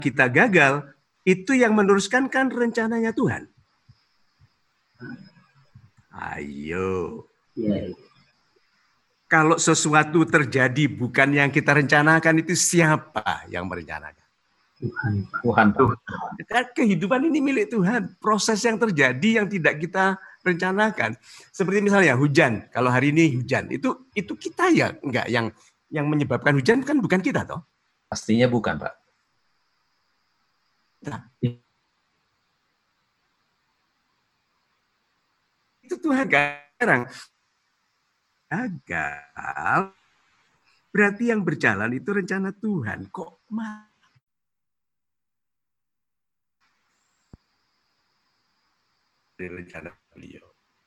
kita gagal, itu yang meneruskan kan rencananya Tuhan. Ayo. Iya. Kalau sesuatu terjadi bukan yang kita rencanakan, itu siapa yang merencanakan? Tuhan. Kehidupan ini milik Tuhan. Proses yang terjadi yang tidak kita rencanakan. Seperti misalnya hujan. Kalau hari ini hujan, itu kita ya enggak yang menyebabkan hujan kan bukan kita toh? Pastinya bukan, Pak. Nah, itu Tuhan sekarang gagal. Berarti yang berjalan itu rencana Tuhan. Kok rencana beliau.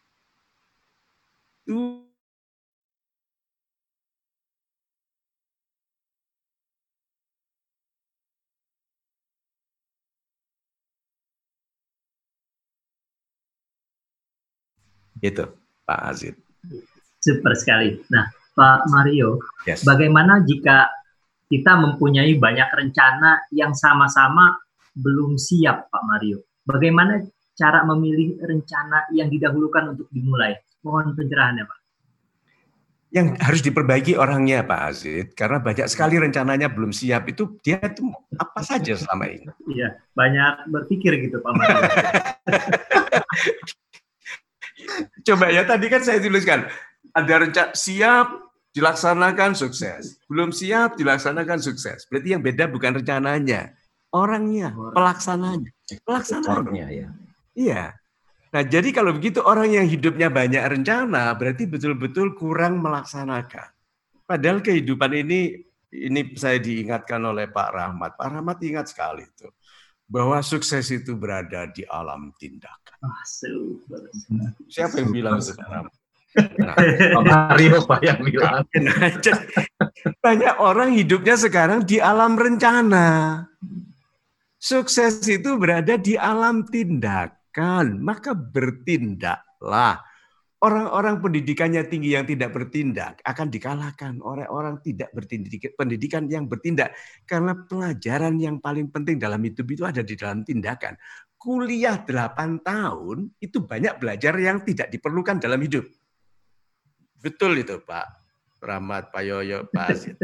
Itu Pak Azid. Super sekali. Nah, Pak Mario, Yes. Bagaimana jika kita mempunyai banyak rencana yang sama-sama belum siap, Pak Mario? Bagaimana cara memilih rencana yang didahulukan untuk dimulai? Mohon pencerahannya, Pak. Yang harus diperbaiki orangnya, Pak Azid, karena banyak sekali rencananya belum siap. Itu dia tuh apa saja selama ini. Iya, banyak berpikir gitu, Pak Mario. Coba ya, tadi kan saya tuliskan, ada rencana siap, dilaksanakan sukses. Belum siap, dilaksanakan sukses. Berarti yang beda bukan rencananya, orangnya, pelaksananya. Orangnya, ya. Iya. Nah, jadi kalau begitu orang yang hidupnya banyak rencana, berarti betul-betul kurang melaksanakan. Padahal kehidupan ini saya diingatkan oleh Pak Rahmat. Pak Rahmat ingat sekali itu, bahwa sukses itu berada di alam tindakan. Super. Siapa yang bilang itu, Pak Rahmat? Nah, Pak Mario Pak yang bilang. Banyak orang hidupnya sekarang di alam rencana. Sukses itu berada di alam tindakan, maka bertindaklah. Orang-orang pendidikannya tinggi yang tidak bertindak akan dikalahkan oleh orang tidak pendidikan yang bertindak. Karena pelajaran yang paling penting dalam hidup itu ada di dalam tindakan. Kuliah 8 tahun itu banyak belajar yang tidak diperlukan dalam hidup. Betul itu Pak Rahmat, Pak Yoyo, Pak Azid.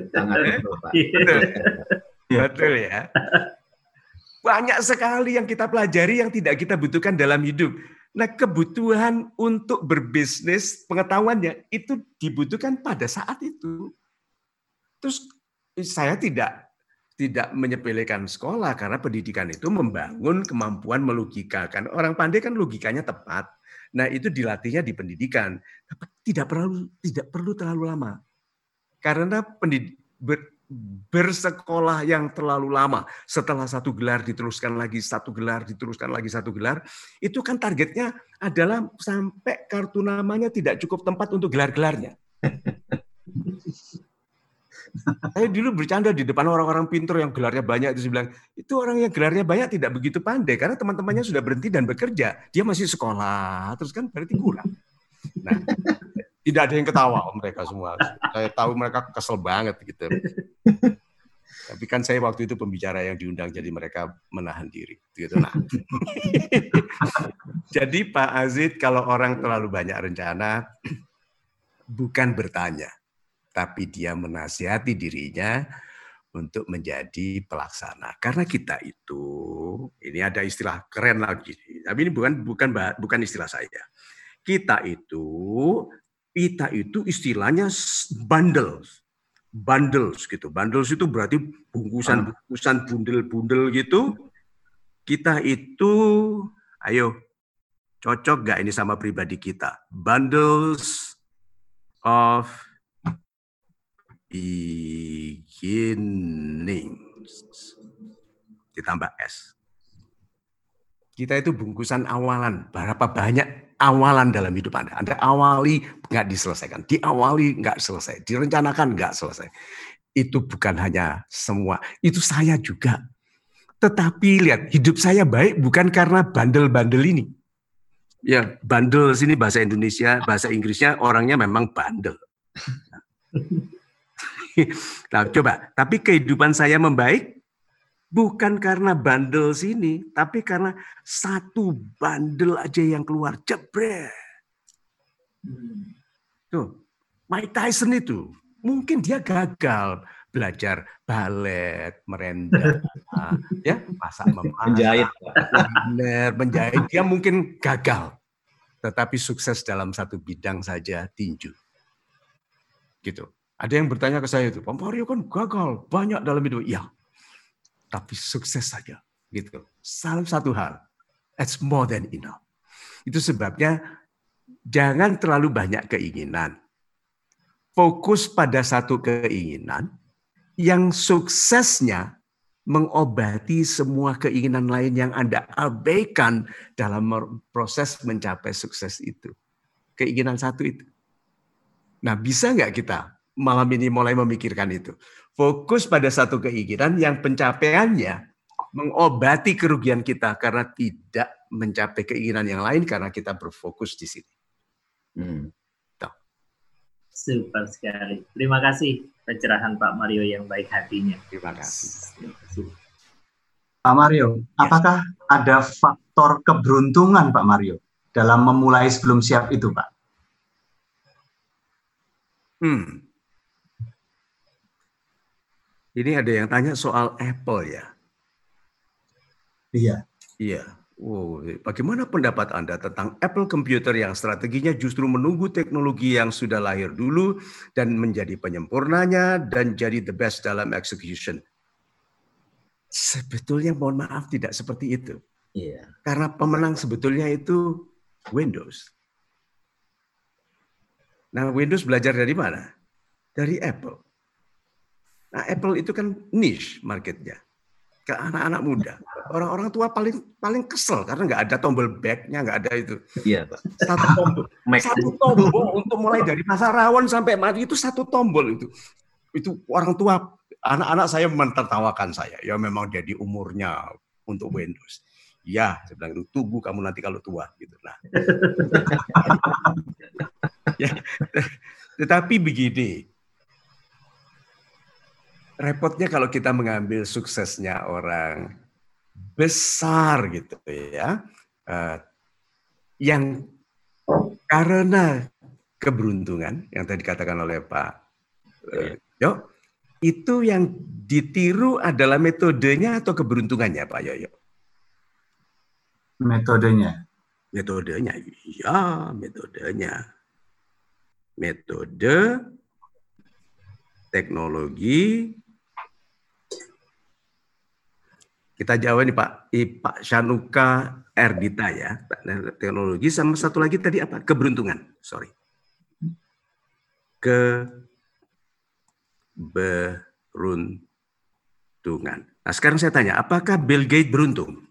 Betul ya. Banyak sekali yang kita pelajari yang tidak kita butuhkan dalam hidup. Nah, kebutuhan untuk berbisnis, pengetahuannya itu dibutuhkan pada saat itu. Terus saya tidak menyepelekan sekolah karena pendidikan itu membangun kemampuan melogikakan. Orang pandai kan logikanya tepat. Nah, itu dilatihnya di pendidikan. Tapi tidak perlu terlalu lama. Karena bersekolah yang terlalu lama, setelah 1 gelar diteruskan lagi 1 gelar, diteruskan lagi 1 gelar, itu kan targetnya adalah sampai kartu namanya tidak cukup tempat untuk gelar-gelarnya. Saya dulu bercanda di depan orang-orang pintar yang gelarnya banyak, itu saya bilang, itu orang yang gelarnya banyak tidak begitu pandai, karena teman-temannya sudah berhenti dan bekerja, dia masih sekolah, terus kan berarti kurang. Nah, tidak ada yang ketawa mereka semua. Saya tahu mereka kesel banget gitu. Tapi kan saya waktu itu pembicara yang diundang, jadi mereka menahan diri. Gitu. Nah. Jadi Pak Azid, kalau orang terlalu banyak rencana, bukan bertanya, tapi dia menasihati dirinya untuk menjadi pelaksana. Karena kita itu, ini ada istilah keren lagi, tapi ini bukan istilah saya. Kita itu istilahnya bundles gitu. Bundles itu berarti bungkusan bundel-bundel gitu. Kita itu, ayo cocok gak ini sama pribadi kita? Bundles of beginnings. Ditambah S. Kita itu bungkusan awalan. Berapa banyak awalan dalam hidup Anda? Anda awali nggak diselesaikan, diawali nggak selesai, direncanakan nggak selesai. Itu bukan hanya semua, itu saya juga. Tetapi lihat, hidup saya baik bukan karena bandel-bandel ini. Ya, bandel sini bahasa Indonesia, bahasa Inggrisnya orangnya memang bandel. Nah, coba, tapi kehidupan saya membaik Bukan karena bandel sini, tapi karena satu bandel aja yang keluar, jebret. Tuh, Mike Tyson itu, mungkin dia gagal belajar balet, merendang, ya, Menjahit. menjahit, dia mungkin gagal. Tetapi sukses dalam satu bidang saja, tinju. Gitu. Ada yang bertanya ke saya itu, Pak Mario kan gagal banyak dalam hidup. Ya, tapi sukses saja. Gitu. Salah satu hal, it's more than enough. Itu sebabnya jangan terlalu banyak keinginan. Fokus pada satu keinginan yang suksesnya mengobati semua keinginan lain yang Anda abaikan dalam proses mencapai sukses itu. Keinginan satu itu. Nah, bisa nggak kita malam ini mulai memikirkan itu? Fokus pada satu keinginan yang pencapaiannya mengobati kerugian kita karena tidak mencapai keinginan yang lain karena kita berfokus di sini. Super sekali. Terima kasih pencerahan Pak Mario yang baik hatinya. Terima kasih. Pak Mario, apakah ada faktor keberuntungan Pak Mario dalam memulai sebelum siap itu, Pak? Ini ada yang tanya soal Apple ya? Iya. Iya. Wow, bagaimana pendapat Anda tentang Apple Computer yang strateginya justru menunggu teknologi yang sudah lahir dulu dan menjadi penyempurnanya dan jadi the best dalam execution? Sebetulnya mohon maaf tidak seperti itu. Iya. Karena pemenang sebetulnya itu Windows. Nah, Windows belajar dari mana? Dari Apple. Nah, Apple itu kan niche marketnya. Ke anak-anak muda. Orang-orang tua paling kesel karena nggak ada tombol back-nya, nggak ada itu. Iya, Pak. Satu tombol untuk mulai dari masa rawon sampai mati itu satu tombol itu. Itu orang tua, anak-anak saya mentertawakan saya. Ya memang jadi umurnya untuk Windows. Ya, saya bilang tunggu kamu nanti kalau tua gitu. Nah. Ya, tetapi begini. Repotnya kalau kita mengambil suksesnya orang besar gitu ya, yang karena keberuntungan yang tadi dikatakan oleh Pak Yoyo, itu yang ditiru adalah metodenya atau keberuntungannya Pak Yoyo? Metodenya. Metodenya, iya metodenya. Metode, teknologi. Kita jawab nih Pak Shanuka Erdita ya, teknologi sama satu lagi tadi apa? Keberuntungan, sorry. Keberuntungan. Nah sekarang saya tanya, apakah Bill Gates beruntung?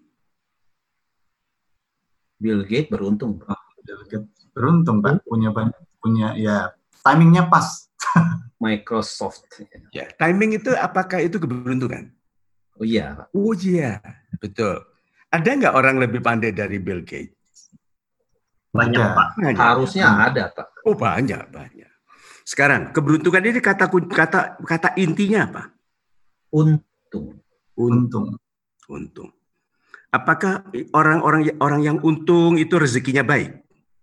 Bill Gates beruntung. Bill Gates beruntung Pak, punya ya timingnya pas. Microsoft. Ya, timing itu apakah itu keberuntungan? Oh iya, Pak. Oh iya, betul. Ada nggak orang lebih pandai dari Bill Gates? Banyak, Pak. Banyak. Harusnya ada, Pak. Oh banyak. Sekarang keberuntungan ini kata intinya apa? Untung. Apakah orang yang untung itu rezekinya baik?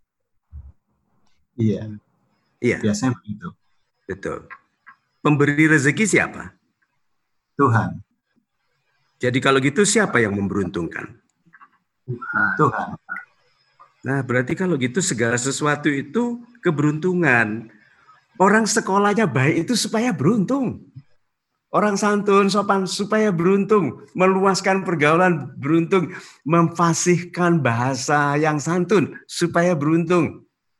Iya. Biasanya begitu. Betul. Pemberi rezeki siapa? Tuhan. Jadi kalau gitu siapa yang memberuntungkan? Tuhan. Nah, berarti kalau gitu segala sesuatu itu keberuntungan. Orang sekolahnya baik itu supaya beruntung. Orang santun, sopan supaya beruntung. Meluaskan pergaulan beruntung. Memfasihkan bahasa yang santun supaya beruntung.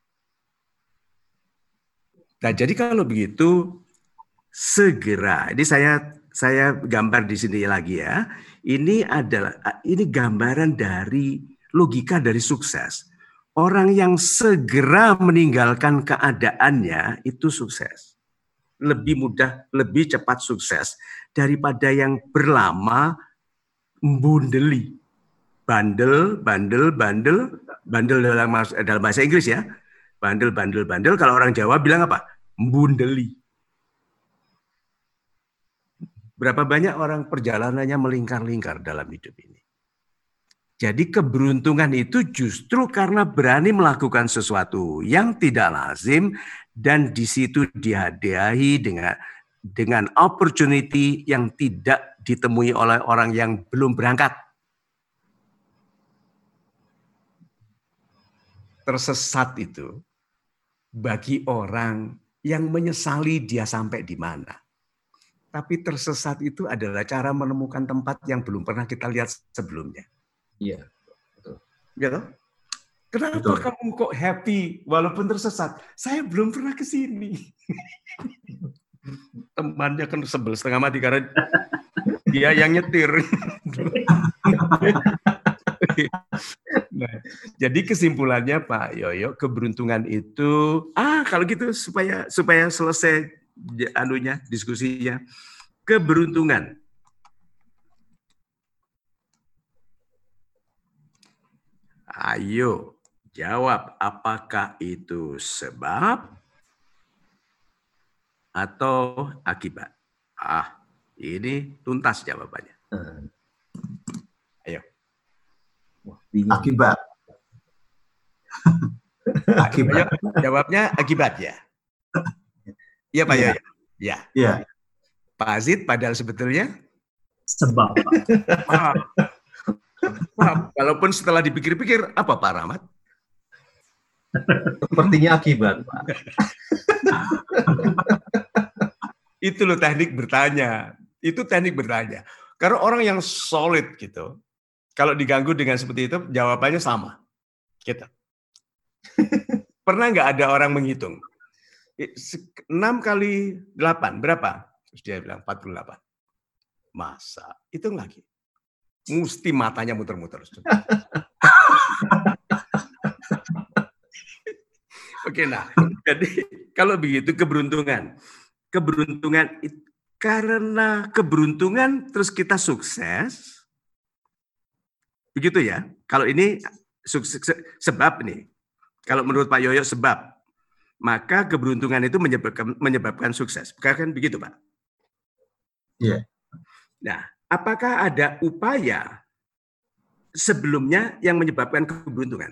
Nah, jadi kalau begitu segera. Ini saya gambar di sini lagi ya. Ini gambaran dari logika dari sukses. Orang yang segera meninggalkan keadaannya itu sukses. Lebih mudah, lebih cepat sukses daripada yang berlama membundeli. Bandel dalam bahasa Inggris ya. Bandel. Kalau orang Jawa bilang apa? Membundeli. Berapa banyak orang perjalanannya melingkar-lingkar dalam hidup ini. Jadi keberuntungan itu justru karena berani melakukan sesuatu yang tidak lazim dan di situ dihadiahi dengan opportunity yang tidak ditemui oleh orang yang belum berangkat. Tersesat itu bagi orang yang menyesali dia sampai di mana. Tapi tersesat itu adalah cara menemukan tempat yang belum pernah kita lihat sebelumnya. Iya, betul. Gitu? Kenapa Betul. kamu kok happy walaupun tersesat? Saya belum pernah ke sini. Temannya kan sebel setengah mati karena dia yang nyetir. Nah, jadi kesimpulannya Pak Yoyo, keberuntungan itu kalau gitu supaya selesai diskusinya. Keberuntungan ayo jawab, apakah itu sebab atau akibat? Ini tuntas jawabannya. Ayo. Wah, bingung. Akibat. Akibat. Ayo, jawabnya akibat ya. Iya Pak Yoyo. Ya. Iya. Pak Azid padahal sebetulnya Sebab, Pak. walaupun setelah dipikir-pikir apa Pak Rahmat? Sepertinya akibat, Pak. Itu loh teknik bertanya. Itu teknik bertanya. Karena orang yang solid gitu, kalau diganggu dengan seperti itu, jawabannya sama. Gitu. Pernah nggak ada orang menghitung? 6 kali 8, berapa? Terus dia bilang 48. Masa? Hitung lagi. Mesti matanya muter-muter. Oke, nah, jadi kalau begitu keberuntungan karena keberuntungan terus kita sukses, begitu ya. Kalau ini sukses, sebab nih, kalau menurut Pak Yoyo sebab, maka keberuntungan itu menyebabkan sukses. Bukan begitu Pak? Iya. Nah, apakah ada upaya sebelumnya yang menyebabkan keberuntungan?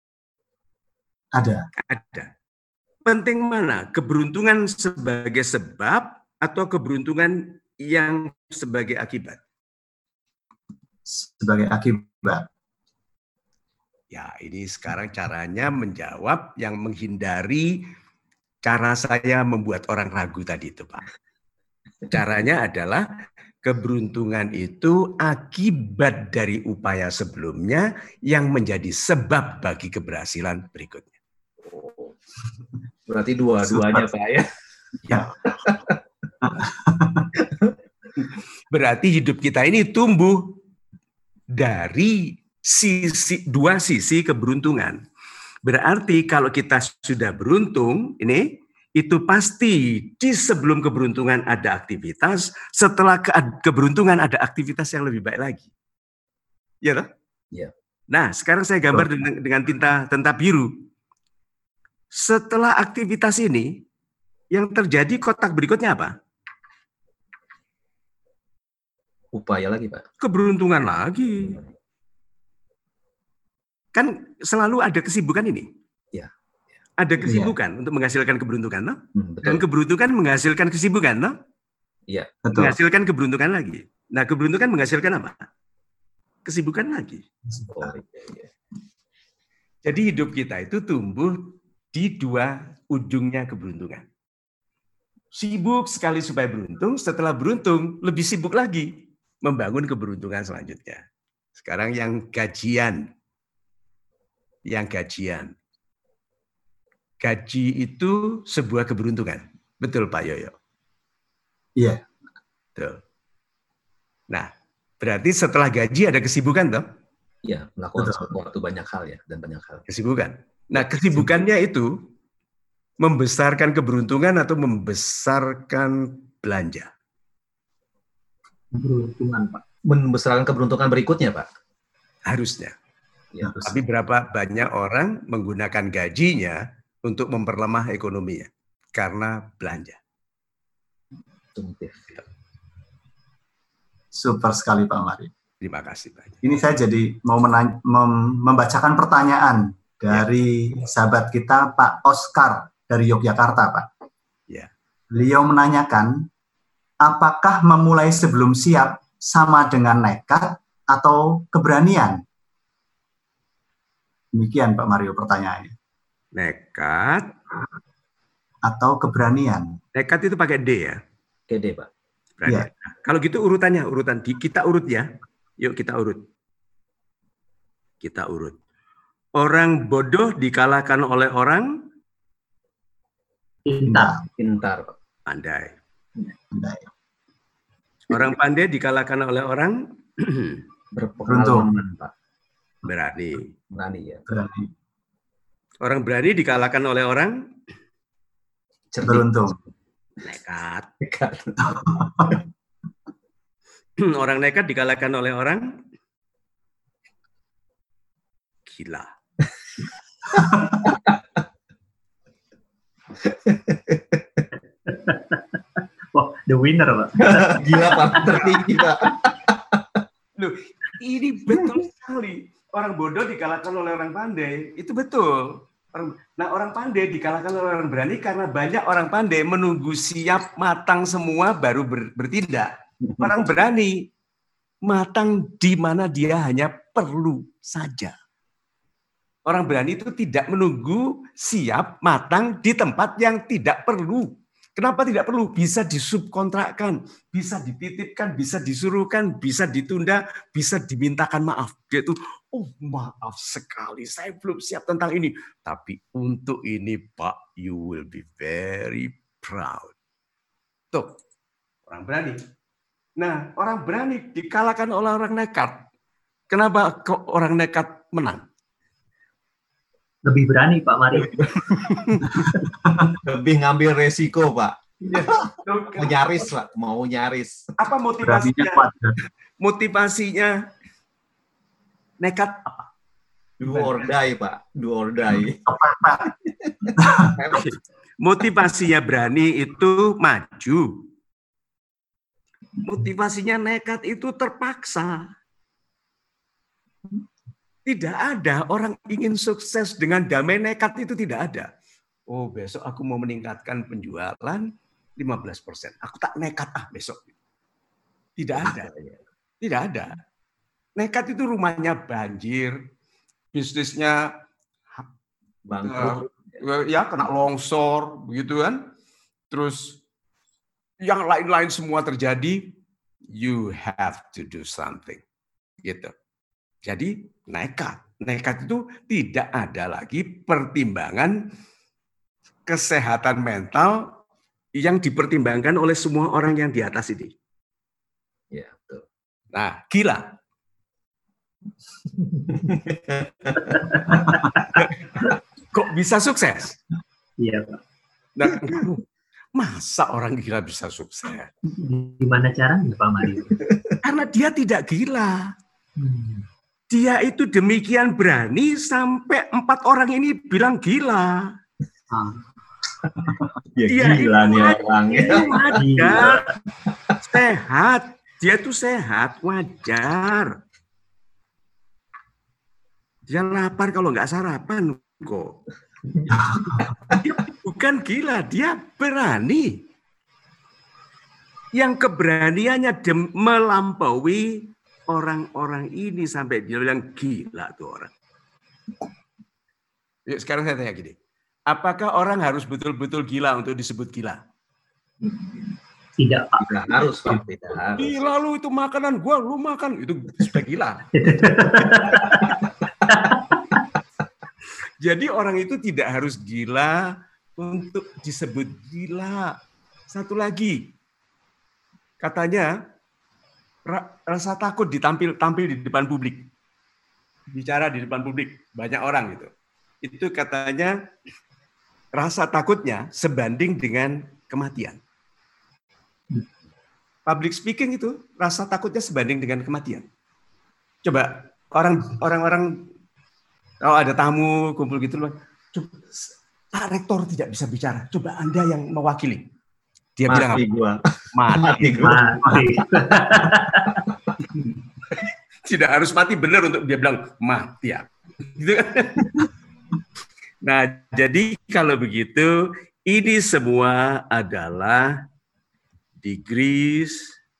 Ada. Ada. Penting mana? Keberuntungan sebagai sebab atau keberuntungan yang sebagai akibat? Sebagai akibat. Ya, ini sekarang caranya menjawab yang menghindari cara saya membuat orang ragu tadi itu, Pak. Caranya adalah keberuntungan itu akibat dari upaya sebelumnya yang menjadi sebab bagi keberhasilan berikutnya. Berarti dua-duanya, Pak ya. Ya. Berarti hidup kita ini tumbuh dari dua sisi keberuntungan. Berarti kalau kita sudah beruntung, itu pasti di sebelum keberuntungan ada aktivitas, setelah keberuntungan ada aktivitas yang lebih baik lagi. Ya toh? Ya. Nah, sekarang saya gambar dengan tinta biru. Setelah aktivitas ini, yang terjadi kotak berikutnya apa? Upaya lagi, Pak. Keberuntungan lagi. Kan selalu ada kesibukan ini. Ya. Ada kesibukan untuk menghasilkan keberuntungan, no? Betul. Dan keberuntungan menghasilkan kesibukan, no? Iya. Menghasilkan keberuntungan lagi. Nah, keberuntungan menghasilkan apa? Kesibukan lagi. Oh, iya. Jadi hidup kita itu tumbuh di dua ujungnya keberuntungan. Sibuk sekali supaya beruntung, setelah beruntung lebih sibuk lagi membangun keberuntungan selanjutnya. Sekarang yang gajian. Gaji itu sebuah keberuntungan. Betul Pak Yoyo? Iya. Betul. Nah, berarti setelah gaji ada kesibukan toh? Iya, melakukan sesuatu banyak hal ya, dan banyak hal. Kesibukan. Nah, kesibukannya itu membesarkan keberuntungan atau membesarkan belanja? Keberuntungan, Pak. Membesarkan keberuntungan berikutnya, Pak. Harusnya. Ya, tapi berapa banyak orang menggunakan gajinya untuk memperlemah ekonominya karena belanja. Super sekali Pak Mario. Terima kasih banyak. Ini saya jadi mau membacakan pertanyaan dari sahabat kita Pak Oscar dari Yogyakarta, Pak. Ya. Beliau menanyakan, apakah memulai sebelum siap sama dengan nekat atau keberanian? Demikian Pak Mario pertanyaannya. Nekat Atau keberanian? Nekat itu pakai D ya? Oke deh, Pak. Berani. Iya. Nah, kalau gitu urutannya, kita urut ya. Yuk kita urut. Kita urut. Orang bodoh dikalahkan oleh orang Pintar. Pintar, Pak. pandai. Pandai. Orang pandai dikalahkan oleh orang Berpengalaman, Pak. berani. Berani ya. Berani. Orang berani dikalahkan oleh orang Cerdik. Beruntung. nekat. Nekat. Orang nekat dikalahkan oleh orang gila. Wah, the winner, Pak. Gila, Pak. Tertinggi, Pak. Loh, ini betul sekali. Orang bodoh dikalahkan oleh orang pandai. Itu betul. Orang pandai dikalahkan oleh orang berani karena banyak orang pandai menunggu siap matang semua baru bertindak. Orang berani matang di mana dia hanya perlu saja. Orang berani itu tidak menunggu siap matang di tempat yang tidak perlu. Kenapa tidak perlu? Bisa disubkontrakkan, bisa dititipkan, bisa disuruhkan, bisa ditunda, bisa dimintakan maaf. Dia itu, oh maaf sekali, saya belum siap tentang ini. Tapi untuk ini Pak, you will be very proud. Tuh, orang berani. Nah, orang berani dikalahkan oleh orang nekat. Kenapa kok orang nekat menang? Lebih berani, Pak Mario. Lebih ngambil resiko, Pak. Ya, Mau nyaris, Pak. Mau nyaris. apa Beraninya motivasinya? kuat. Motivasinya nekat apa? Do or die, Pak. Do or die. Motivasinya berani itu maju. Motivasinya nekat itu terpaksa. Tidak ada orang ingin sukses dengan damai nekat itu tidak ada. Oh besok aku mau meningkatkan penjualan 15%. Aku tak nekat besok. Tidak ada. Tidak ada. Nekat itu rumahnya banjir, bisnisnya Bangkrut. ya kena longsor, begitu kan. Terus yang lain-lain semua terjadi, you have to do something. Gitu. Jadi nekat. Nekat itu tidak ada lagi pertimbangan kesehatan mental yang dipertimbangkan oleh semua orang yang di atas ini. Ya, betul. Nah, gila. Kok bisa sukses? Iya, Pak. Nah, masa orang gila bisa sukses? Gimana caranya, Pak Mario? Karena dia tidak gila. Dia itu demikian berani sampai 4 orang ini bilang gila. Ya, Dia gila itu nih orang. wajar, sehat. Dia tuh sehat, wajar. Dia lapar kalau nggak sarapan kok. Dia bukan gila, dia berani. Yang keberaniannya melampaui orang-orang ini sampai dia bilang gila tuh orang. Yuk, sekarang saya tanya gini. Apakah orang harus betul-betul gila untuk disebut gila? Tidak, Pak. Tidak harus, Pak. Tidak harus. Gila lu itu makanan gua, lu makan. Itu sudah gila. Jadi orang itu tidak harus gila untuk disebut gila. Satu lagi. Katanya rasa takut tampil di depan publik. Bicara di depan publik, banyak orang gitu. Itu katanya rasa takutnya sebanding dengan kematian. Public speaking itu rasa takutnya sebanding dengan kematian. Coba orang-orang kalau ada tamu kumpul gitu loh, Pak Rektor tidak bisa bicara. Coba Anda yang mewakili. Dia bilang apa? Mati gua. Mati. Mati. Tidak harus mati benar untuk dia bilang mati ya. Gitu kan? Nah, jadi kalau begitu, ini semua adalah degrees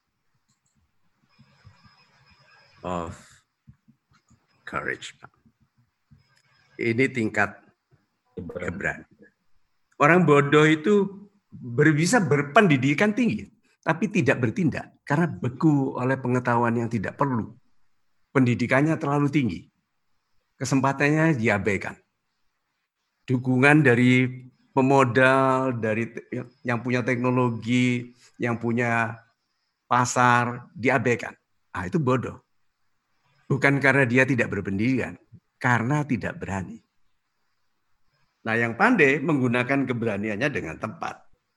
of courage. Ini tingkat keberanian. Orang bodoh itu bisa berpendidikan tinggi, tapi tidak bertindak karena beku oleh pengetahuan yang tidak perlu. Pendidikannya terlalu tinggi, kesempatannya diabaikan. Dukungan dari pemodal, dari yang punya teknologi, yang punya pasar, diabaikan. Ah, itu bodoh. Bukan karena dia tidak berpendidikan, karena tidak berani. Nah, yang pandai menggunakan keberaniannya dengan tepat.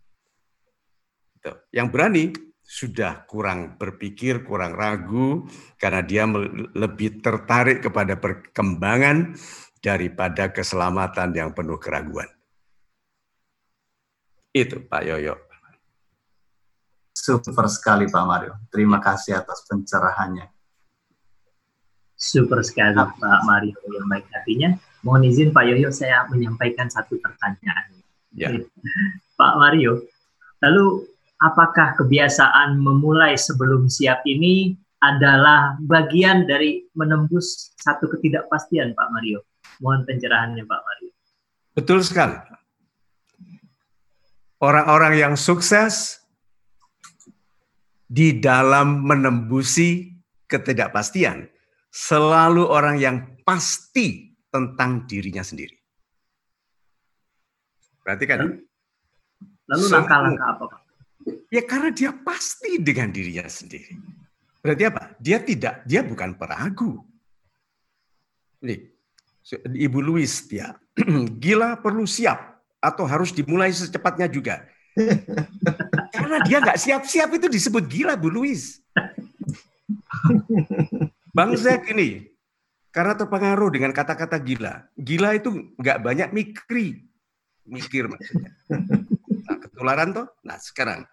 Yang berani sudah kurang berpikir, kurang ragu, karena dia lebih tertarik kepada perkembangan daripada keselamatan yang penuh keraguan. Itu Pak Yoyo. Super sekali Pak Mario. Terima kasih atas pencerahannya. Super sekali Pak Mario yang baik hatinya. Mohon izin Pak Yoyo, saya menyampaikan satu pertanyaan. Ya. Pak Mario, lalu apakah kebiasaan memulai sebelum siap ini adalah bagian dari menembus satu ketidakpastian Pak Mario? Mohon pencerahannya Pak Mario. Betul sekali. Orang-orang yang sukses di dalam menembusi ketidakpastian selalu orang yang pasti tentang dirinya sendiri. Perhatikan. Lalu langkah-langkah apa Pak? Ya karena dia pasti dengan dirinya sendiri. Berarti apa? Dia bukan peragu. Nih, Ibu Louis dia, gila perlu siap atau harus dimulai secepatnya juga. Karena dia nggak siap-siap itu disebut gila, Bu Louis. Bang Zek ini, karena terpengaruh dengan kata-kata gila. Gila itu nggak banyak mikir maksudnya. Nah, ketularan toh? Nah sekarang.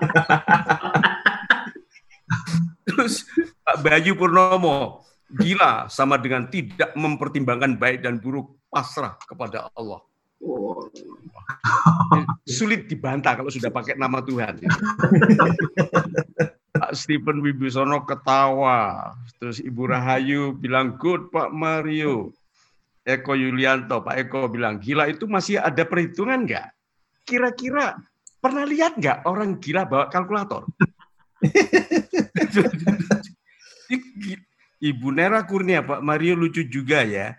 Terus Pak Bayu Purnomo, gila sama dengan tidak mempertimbangkan baik dan buruk, pasrah kepada Allah. Sulit dibantah kalau sudah pakai nama Tuhan. Pak Stephen Wibisono ketawa. Terus Ibu Rahayu bilang, good Pak Mario. Eko Yulianto, Pak Eko bilang, gila itu masih ada perhitungan nggak? Kira-kira pernah lihat nggak orang gila bawa kalkulator? Ibu Nera Kurnia, Pak Mario lucu juga ya.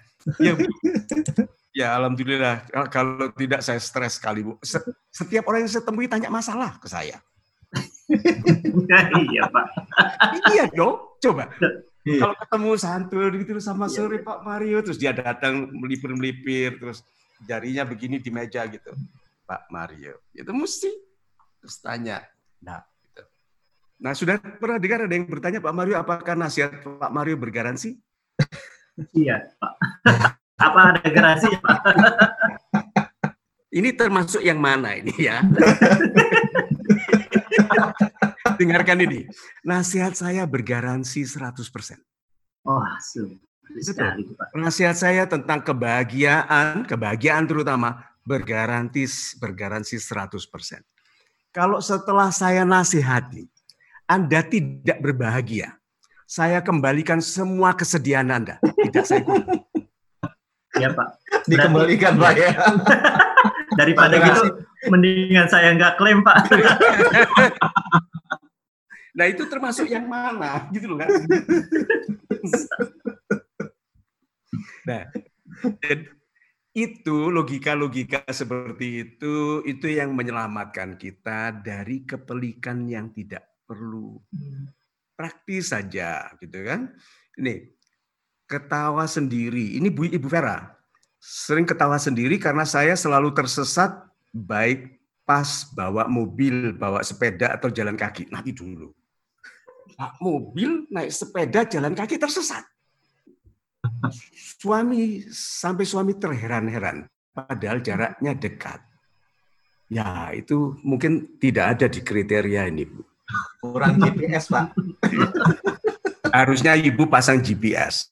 Ya alhamdulillah, kalau tidak saya stres sekali Bu. Setiap orang yang saya temui tanya masalah ke saya. Iya Pak. Iya dong, coba. Kalau ketemu santur gitu sama sore Pak Mario, terus dia datang melipir-melipir, terus jarinya begini di meja gitu. Pak Mario, itu mesti terus tanya. Nah, sudah pernah dengar ada yang bertanya Pak Mario, apakah nasihat Pak Mario bergaransi? Iya Pak. Apa ada garansi Pak? Ini termasuk yang mana ini ya? Dengarkan ini. Nasihat saya bergaransi 100%. Oh, sekali Pak. Nasihat saya tentang kebahagiaan terutama bergaransi 100%. Kalau setelah saya nasihati, Anda tidak berbahagia, saya kembalikan semua kesedihan Anda. Tidak saya kurangi. Ya Pak. Dikembalikan Pak ya. Daripada gitu, mendingan saya nggak klaim Pak. Nah itu termasuk yang mana, gitu loh kan? Nah, itu logika-logika seperti itu yang menyelamatkan kita dari kepelikan yang tidak perlu. Praktis saja, gitu kan? Ini ketawa sendiri. Ini Ibu Vera sering ketawa sendiri karena saya selalu tersesat baik pas bawa mobil, bawa sepeda atau jalan kaki. Nanti dulu. Pak mobil, naik sepeda, jalan kaki tersesat. Sampai suami terheran-heran. Padahal jaraknya dekat. Ya itu mungkin tidak ada di kriteria ini Bu. Kurang GPS Pak. Harusnya Ibu pasang GPS.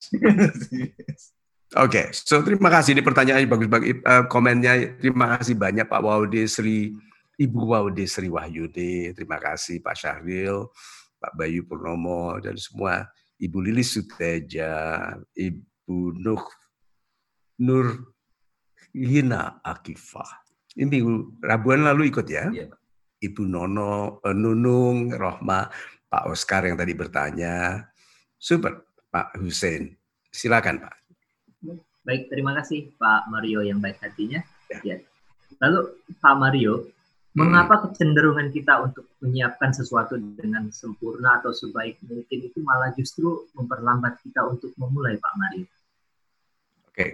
Oke, so terima kasih. Ini pertanyaannya bagus-bagus. Komennya terima kasih banyak Pak Waude Sri, Ibu Waude Sri Wahyudi. Terima kasih Pak Syahril, Pak Bayu Purnomo, dan semua. Ibu Lilis Suteja, Ibu Nur Hina Akifah. Ini minggu Rabuan lalu ikut ya. Iya, Pak. Ibu Nunung, Rohma, Pak Oscar yang tadi bertanya. Super, Pak Hussein. Silakan Pak. Baik, terima kasih Pak Mario yang baik hatinya. Ya. Ya. Lalu Pak Mario, mengapa kecenderungan kita untuk menyiapkan sesuatu dengan sempurna atau sebaik mungkin itu malah justru memperlambat kita untuk memulai, Pak Mario? Oke.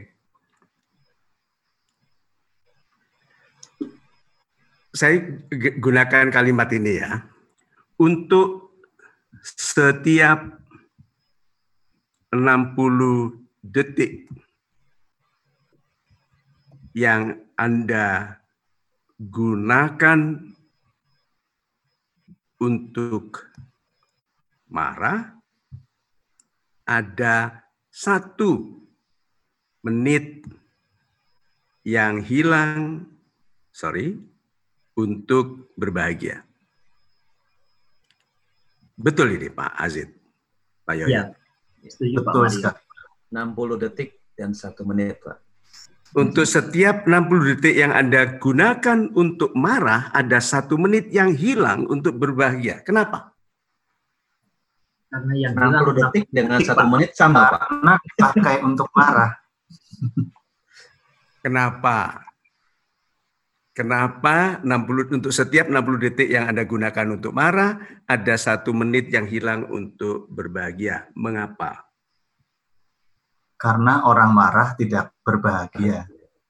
Saya gunakan kalimat ini ya. Untuk setiap 60 detik yang Anda gunakan untuk marah, ada 1 menit yang hilang, untuk berbahagia. Betul ini Pak Azid, Pak Yoyo? Ya, setuju Pak Betul Mario. sekali. 60 detik dan 1 menit, Pak. Untuk setiap 60 detik yang Anda gunakan untuk marah, ada 1 menit yang hilang untuk berbahagia. Kenapa? Karena yang 60 detik dengan 1 Pak. menit sama, Pak. Karena pakai untuk marah. Kenapa? Kenapa untuk setiap 60 detik yang Anda gunakan untuk marah, ada 1 menit yang hilang untuk berbahagia? Mengapa? Karena orang marah tidak berbahagia.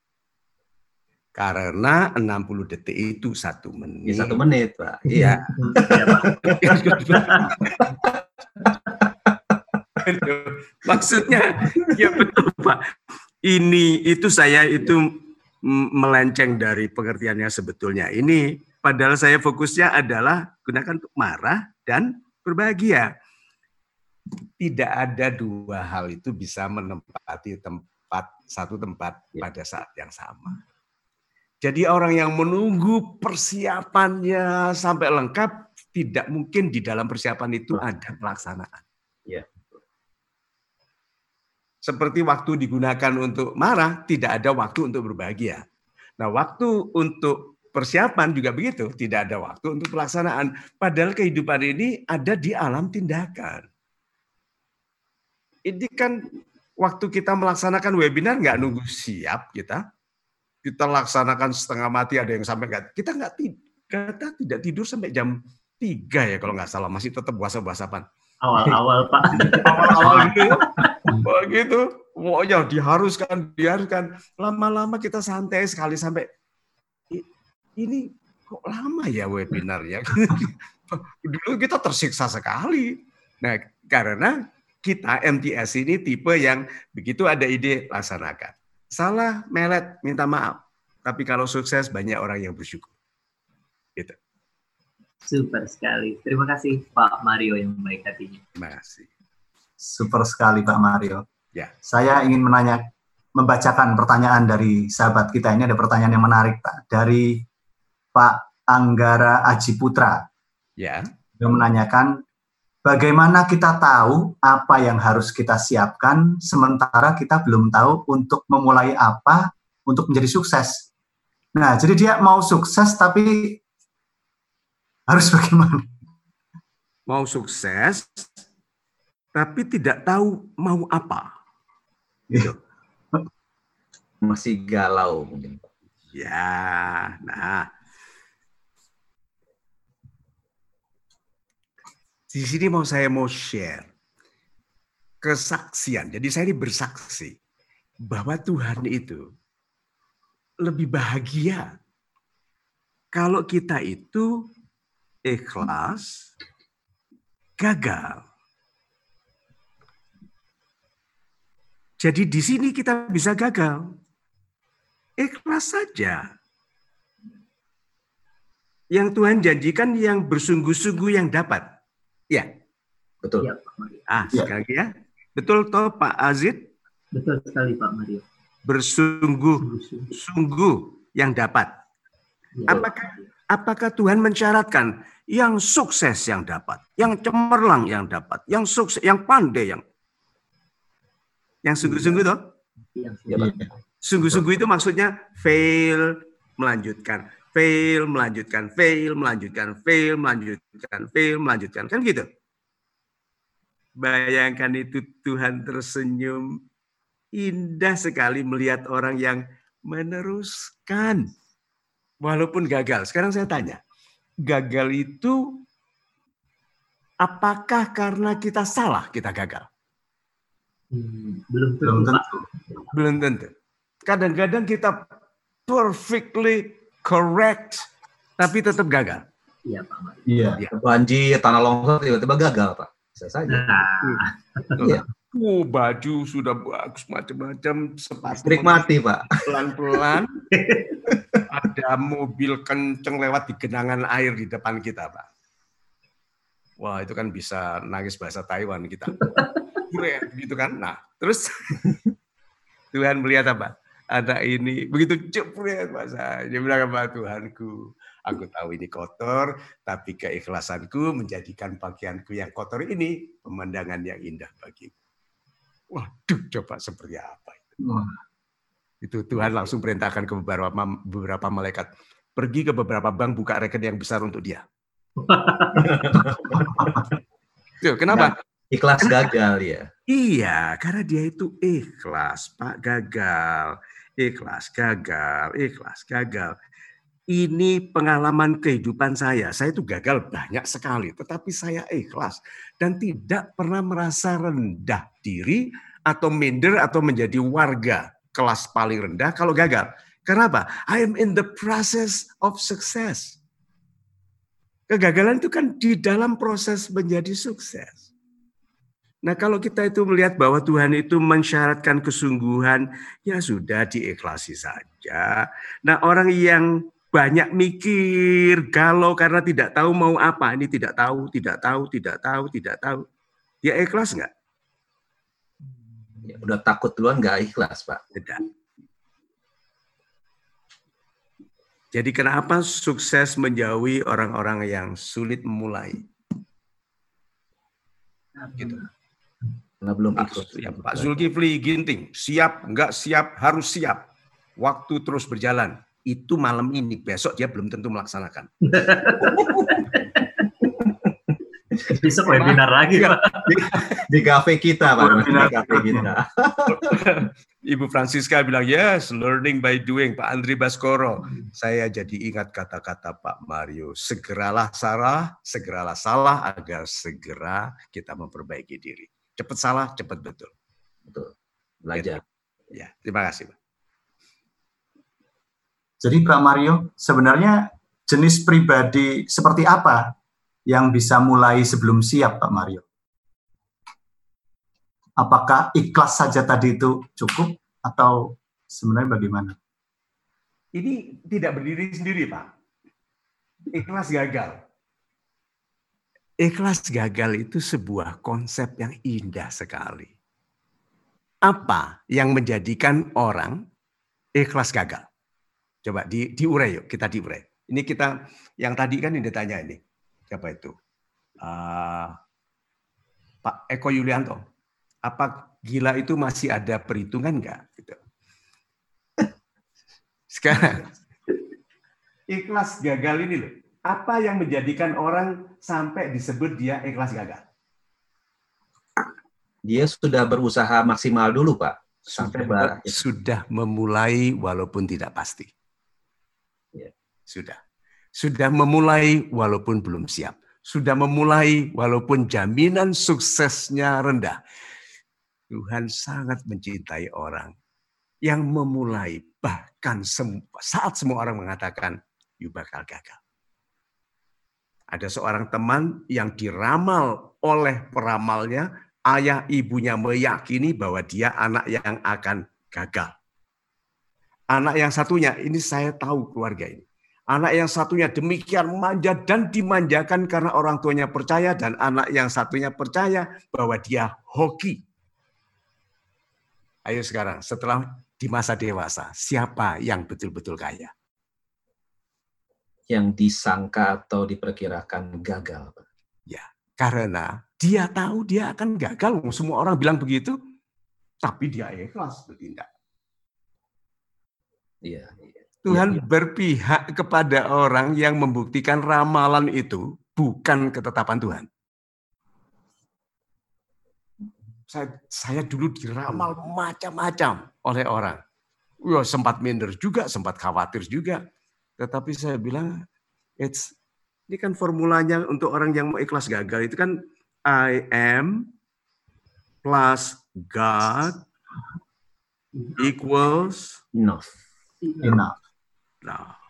Karena 60 detik itu 1 menit. Di 1 menit, Pak. Iya. Ya, Pak. Maksudnya, ya betul Pak. Itu saya melenceng dari pengertiannya sebetulnya. Ini padahal saya fokusnya adalah gunakan untuk marah dan berbahagia. Tidak ada 2 hal itu bisa menempati satu tempat pada saat yang sama. Jadi orang yang menunggu persiapannya sampai lengkap, tidak mungkin di dalam persiapan itu ada pelaksanaan. Ya. Seperti waktu digunakan untuk marah, tidak ada waktu untuk berbahagia. Nah, waktu untuk persiapan juga begitu, tidak ada waktu untuk pelaksanaan. Padahal kehidupan ini ada di alam tindakan. Ini kan waktu kita melaksanakan webinar nggak nunggu siap kita laksanakan setengah mati, ada yang sampai nggak, kita tidak tidur sampai jam 3 ya kalau nggak salah, masih tetap puasa-puasapan. Awal-awal Pak. Awal-awal gitu, pokoknya diharuskan. Lama-lama kita santai sekali sampai ini kok lama ya webinarnya. Dulu kita tersiksa sekali. Nah, karena kita MTS ini tipe yang begitu ada ide laksanakan. Salah, melet, minta maaf. Tapi kalau sukses banyak orang yang bersyukur. Gitu. Super sekali. Terima kasih Pak Mario yang baik hatinya. Terima kasih. Super sekali Pak Mario. Ya. Saya ingin membacakan pertanyaan dari sahabat kita. Ini ada pertanyaan yang menarik Pak. Dari Pak Anggara Aji Putra. Ya. Dia menanyakan, bagaimana kita tahu apa yang harus kita siapkan sementara kita belum tahu untuk memulai apa untuk menjadi sukses. Nah, jadi dia mau sukses tapi harus bagaimana? Mau sukses tapi tidak tahu mau apa. Gitu. Masih galau mungkin, Pak. Ya, nah. Di sini saya mau share kesaksian. Jadi saya ini bersaksi bahwa Tuhan itu lebih bahagia kalau kita itu ikhlas, gagal. Jadi di sini kita bisa gagal. Ikhlas saja. Yang Tuhan janjikan yang bersungguh-sungguh yang dapat. Ya. Betul. Ya, Pak Mario. Sekali lagi ya. Betul toh Pak Azid? Betul sekali Pak Mario. Bersungguh-sungguh yang dapat. Ya, Apakah Tuhan mensyaratkan yang sukses yang dapat, yang cemerlang yang dapat, yang sukses, yang pandai yang sungguh-sungguh toh? Ya, Pak. Sungguh-sungguh itu maksudnya fail, melanjutkan, fail, melanjutkan, fail, melanjutkan, fail, melanjutkan, fail, melanjutkan. Kan gitu. Bayangkan itu Tuhan tersenyum. Indah sekali melihat orang yang meneruskan. Walaupun gagal. Sekarang saya tanya. Gagal itu apakah karena kita salah kita gagal? Belum tentu. Belum tentu. Kadang-kadang kita perfectly correct tapi tetap gagal. Iya Pak Mario. Iya. Banjir, tanah longsor tiba-tiba gagal, Pak. Bisa saja. Iya. Baju sudah bagus macam-macam, sepatu Listrik mati, Pak. pelan-pelan. Ada mobil kenceng lewat di genangan air di depan kita, Pak. Wah, itu kan bisa nangis bahasa Taiwan kita. Gitu kan. Nah, terus Tuhan melihat apa? Anak ini begitu jepret bahasa. Dia bilang apa? Tuhanku, aku tahu ini kotor, tapi keikhlasanku menjadikan pakaianku yang kotor ini pemandangan yang indah bagiku. Waduh, coba seperti apa itu? Itu Tuhan langsung perintahkan ke beberapa malaikat. Pergi ke beberapa bank, buka rekening yang besar untuk dia. Tuh, kenapa? Ikhlas gagal ya. Iya, karena dia itu ikhlas, Pak, gagal. Ikhlas, gagal, ikhlas, gagal. Ini pengalaman kehidupan saya. Saya itu gagal banyak sekali, tetapi saya ikhlas. Dan tidak pernah merasa rendah diri atau minder atau menjadi warga kelas paling rendah kalau gagal. Kenapa? I am in the process of success. Kegagalan itu kan di dalam proses menjadi sukses. Nah, kalau kita itu melihat bahwa Tuhan itu mensyaratkan kesungguhan, ya sudah diikhlasi saja. Nah, orang yang banyak mikir, galau karena tidak tahu mau apa, ini tidak tahu. Dia ikhlas nggak? Ya, udah takut duluan nggak ikhlas, Pak. Tidak. Jadi kenapa sukses menjauhi orang-orang yang sulit memulai? Gitu. Karena belum ikhlas. Pak Zulkifli Ginting, siap, nggak siap, harus siap. Waktu terus berjalan. Itu malam ini, besok dia belum tentu melaksanakan. Besok webinar lagi, Pak. Di kafe kita, Pak. Di kafe kita. Ibu Francisca bilang, yes, learning by doing. Pak Andri Baskoro, saya jadi ingat kata-kata Pak Mario. Segeralah salah agar segera kita memperbaiki diri. Cepat salah, cepat betul. Betul. Belajar. Ya, terima kasih, Pak. Jadi Pak Mario, sebenarnya jenis pribadi seperti apa yang bisa mulai sebelum siap, Pak Mario? Apakah ikhlas saja tadi itu cukup atau sebenarnya bagaimana? Ini tidak berdiri sendiri, Pak. Ikhlas gagal. Ikhlas gagal itu sebuah konsep yang indah sekali. Apa yang menjadikan orang ikhlas gagal? Coba diurai yuk, kita diurai. Ini kita, yang tadi kan ini ditanya ini. Siapa itu? Pak Eko Yulianto. Apa gila itu masih ada perhitungan nggak? Gitu. Sekarang, ikhlas gagal ini loh. Apa yang menjadikan orang sampai disebut dia ikhlas gagal? Dia sudah berusaha maksimal dulu, Pak. Sudah memulai walaupun tidak pasti. Sudah memulai walaupun belum siap. Sudah memulai walaupun jaminan suksesnya rendah. Tuhan sangat mencintai orang yang memulai bahkan saat semua orang mengatakan you bakal gagal. Ada seorang teman yang diramal oleh peramalnya, ayah ibunya meyakini bahwa dia anak yang akan gagal. Anak yang satunya, ini saya tahu keluarga ini. Anak yang satunya demikian manja dan dimanjakan karena orang tuanya percaya, dan anak yang satunya percaya bahwa dia hoki. Ayo sekarang, setelah di masa dewasa, siapa yang betul-betul kaya? Yang disangka atau diperkirakan gagal. Ya, karena dia tahu dia akan gagal. Semua orang bilang begitu, tapi dia ikhlas bertindak. Iya. Tuhan berpihak kepada orang yang membuktikan ramalan itu bukan ketetapan Tuhan. Saya dulu diramal macam-macam oleh orang. Sempat minder juga, sempat khawatir juga. Tetapi saya bilang, ini kan formulanya untuk orang yang mau ikhlas gagal. Itu kan I am plus God equals enough. Nah,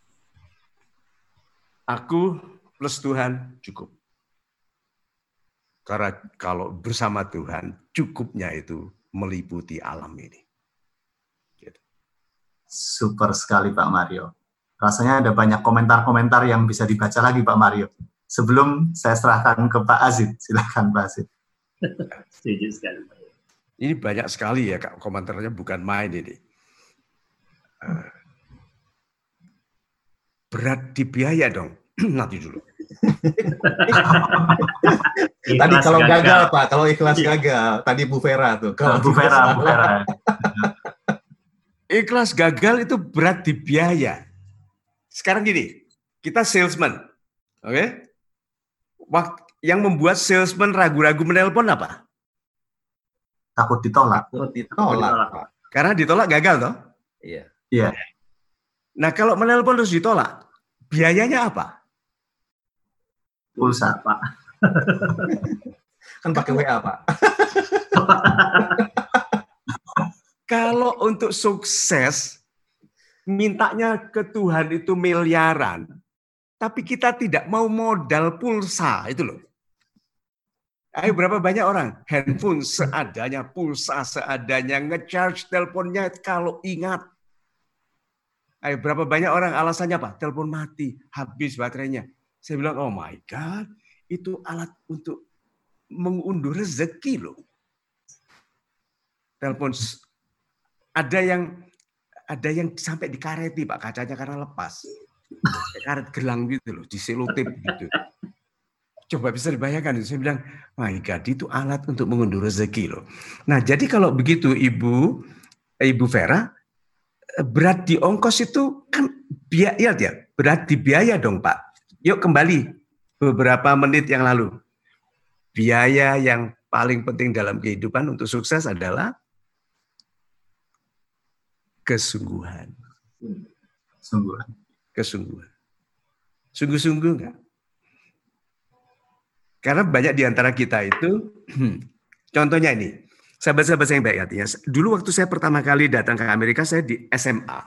aku plus Tuhan cukup. Karena kalau bersama Tuhan, cukupnya itu meliputi alam ini. Gitu. Super sekali Pak Mario. Rasanya ada banyak komentar-komentar yang bisa dibaca lagi Pak Mario. Sebelum saya serahkan ke Pak Azid, silakan Pak Azid. Setuju sekali. Ini banyak sekali ya Kak, komentarnya bukan main ini. Berat di biaya dong. Nanti dulu. Tadi kalau gagal Pak, kalau ikhlas gagal. Tadi Bu Vera tuh. Bu Vera. Ikhlas gagal itu berat di biaya. Sekarang gini, kita salesman. Oke? Yang membuat salesman ragu-ragu menelpon apa? Takut ditolak. Karena ditolak gagal toh? Iya. Nah, kalau menelpon terus ditolak, biayanya apa? Pulsa, Pak. Kan pakai WA, Pak. Kalau untuk sukses, mintanya ke Tuhan itu miliaran, tapi kita tidak mau modal pulsa, itu loh. Ayo, berapa banyak orang? Handphone seadanya, pulsa seadanya, ngecharge teleponnya kalau ingat. Ayo, berapa banyak orang alasannya apa? Telepon mati, habis baterainya. Saya bilang, oh my God, itu alat untuk mengunduh rezeki loh. Telepon, ada yang sampai dikareti Pak, kacanya karena lepas. Karet gelang gitu loh, diselotip gitu. Coba bisa dibayangkan, saya bilang, my God, itu alat untuk mengunduh rezeki loh. Nah, jadi kalau begitu Ibu Vera, berat di ongkos itu kan biaya ya, berat di biaya dong Pak. Yuk kembali beberapa menit yang lalu. Biaya yang paling penting dalam kehidupan untuk sukses adalah kesungguhan. Kesungguhan. Sungguh-sungguh enggak? Karena banyak di antara kita itu, contohnya ini, sahabat-sahabat saya yang baik hatinya. Dulu waktu saya pertama kali datang ke Amerika, saya di SMA.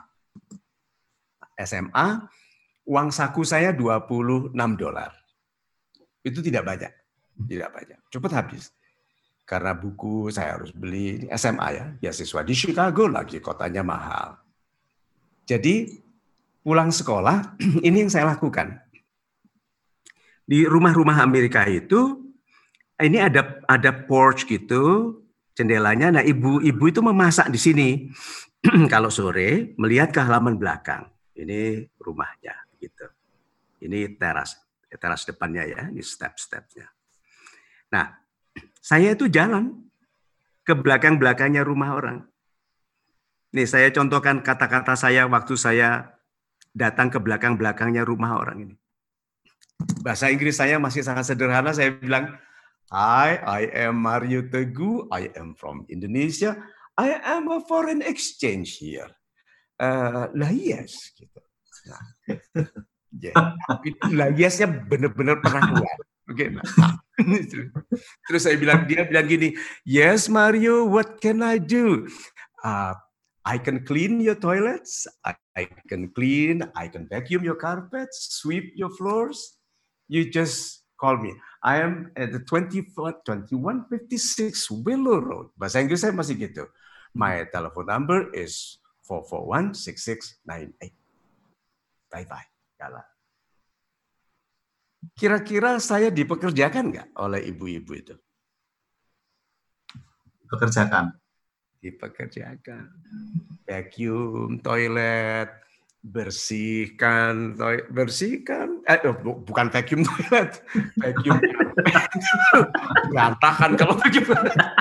Uang saku saya $26. Itu tidak banyak. Cepat habis. Karena buku saya harus beli SMA ya, beasiswa di Chicago lagi, kotanya mahal. Jadi pulang sekolah, ini yang saya lakukan. Di rumah-rumah Amerika itu, ini ada porch gitu, jendelanya. Nah, ibu-ibu itu memasak di sini. Kalau sore melihat ke halaman belakang, ini rumahnya gitu. Ini teras depannya ya, ini step-stepnya. Nah, saya itu jalan ke belakang-belakangnya rumah orang. Nih, saya contohkan kata-kata saya waktu saya datang ke belakang-belakangnya rumah orang ini. Bahasa Inggris saya masih sangat sederhana, saya bilang, Hi, I am Mario Teguh, I am from Indonesia, I am a foreign exchange here. Lah yes, gitu. Nah, lah yesnya benar-benar pernah keluar. Oke, nah. Terus dia bilang gini, yes Mario, what can I do? I can clean your toilets, I can vacuum your carpets, sweep your floors. You just call me. I am at the 2156 Willow Road. Bahasa Inggris saya masih gitu. My telephone number is 441-6698. bye-bye. Kalah. Kira-kira saya dipekerjakan nggak oleh ibu-ibu itu? Pekerjakan. Dipekerjakan. Vacuum toilet, bersihkan, bukan vacuum toilet, vacuum berantakan kalau begitu.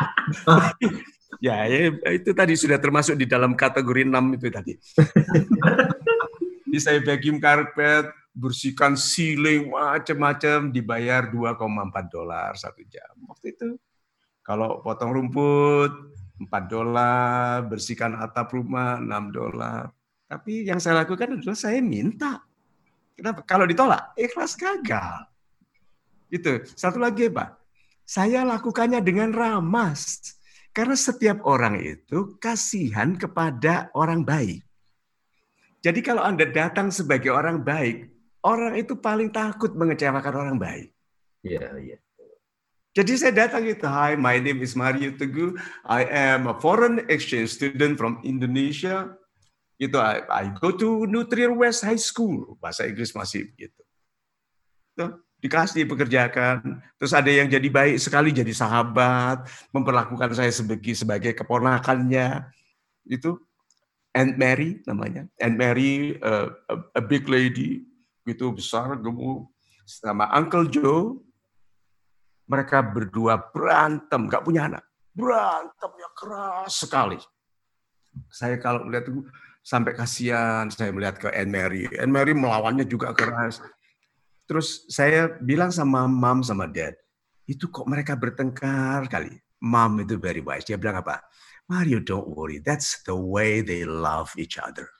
Ya, itu tadi sudah termasuk di dalam kategori 6 itu tadi. Jadi saya vacuum karpet, bersihkan ceiling, macam-macam, dibayar $2,4 1 jam. Waktu itu, kalau potong rumput, $4, bersihkan atap rumah, $6. Tapi yang saya lakukan adalah saya minta. Kenapa? Kalau ditolak, ikhlas gagal. Itu. Satu lagi, Pak. Saya lakukannya dengan ramah. Karena setiap orang itu kasihan kepada orang baik. Jadi kalau Anda datang sebagai orang baik, orang itu paling takut mengecewakan orang baik. Iya. Jadi saya datang itu, hi, my name is Mario Teguh. I am a foreign exchange student from Indonesia. Itu I go to Nutrier West High School. Bahasa Inggris masih begitu. Dikasih pekerjakan. Terus ada yang jadi baik sekali, jadi sahabat, memperlakukan saya sebagai keponakannya. Itu Aunt Mary namanya. Aunt Mary, a big lady, gitu besar, gemuk, sama Uncle Joe. Mereka berdua berantem, nggak punya anak. Berantemnya keras sekali. Saya kalau melihat itu sampai kasihan, saya melihat ke Aunt Mary. Aunt Mary melawannya juga keras. Terus saya bilang sama Mom sama Dad, itu kok mereka bertengkar kali. Mom itu very wise. Dia bilang apa? Mario, don't worry. That's the way they love each other.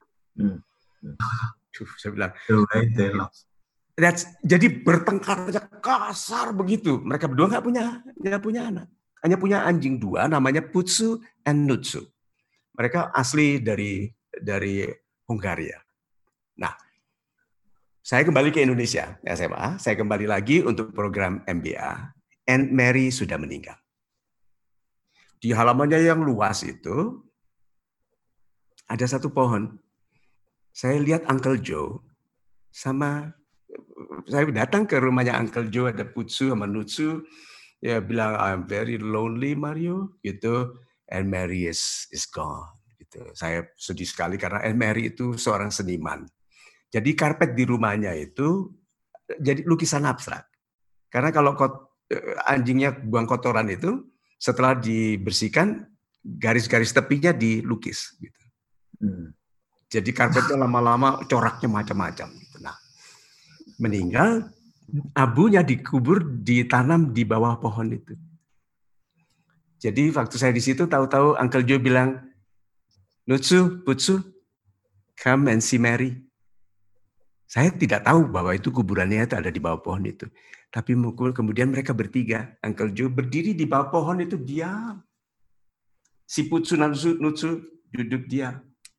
Saya bilang, The way they love. Jadi bertengkar aja kasar begitu. Mereka berdua nggak punya anak. Hanya punya anjing 2 namanya Putsu and Nutsu. Mereka asli dari Hungaria. Nah, saya kembali ke Indonesia, SMA. Saya kembali lagi untuk program MBA. Aunt Mary sudah meninggal. Di halamannya yang luas itu, ada satu pohon. Saya lihat Uncle Joe sama... Saya datang ke rumahnya Uncle Joe, ada Putsu sama Nutsu. Dia bilang, I'm very lonely, Mario. Gitu. And Mary is gone. Gitu. Saya sedih sekali karena Mary itu seorang seniman. Jadi karpet di rumahnya itu jadi lukisan abstrak. Karena kalau anjingnya buang kotoran itu, setelah dibersihkan, garis-garis tepinya dilukis. Gitu. Jadi karpetnya lama-lama coraknya macam-macam. Gitu. Nah, meninggal, abunya dikubur, ditanam di bawah pohon itu. Jadi waktu saya di situ, tahu-tahu Uncle Joe bilang, Nutsu, Putsu, come and see Mary. Saya tidak tahu bahwa itu kuburannya itu ada di bawah pohon itu. Tapi kemudian mereka bertiga, Uncle Joe berdiri di bawah pohon itu diam. Si Putsu dan Nutsu duduk diam.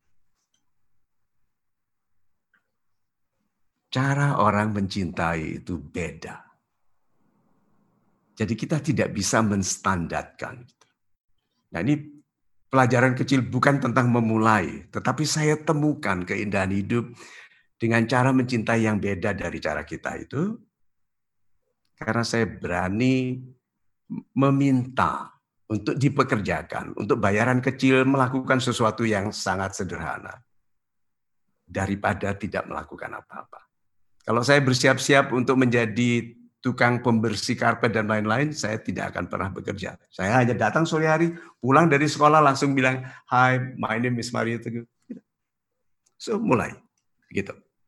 Cara orang mencintai itu beda. Jadi kita tidak bisa menstandarkan. Nah ini pelajaran kecil bukan tentang memulai, tetapi saya temukan keindahan hidup dengan cara mencintai yang beda dari cara kita itu. Karena saya berani meminta untuk dipekerjakan, untuk bayaran kecil melakukan sesuatu yang sangat sederhana. Daripada tidak melakukan apa-apa. Kalau saya bersiap-siap untuk menjadi tukang pembersih karpet dan lain-lain, saya tidak akan pernah bekerja. Saya hanya datang sore hari, pulang dari sekolah langsung bilang, Hi, my name is Mario Teguh. So, mulai. Gitu.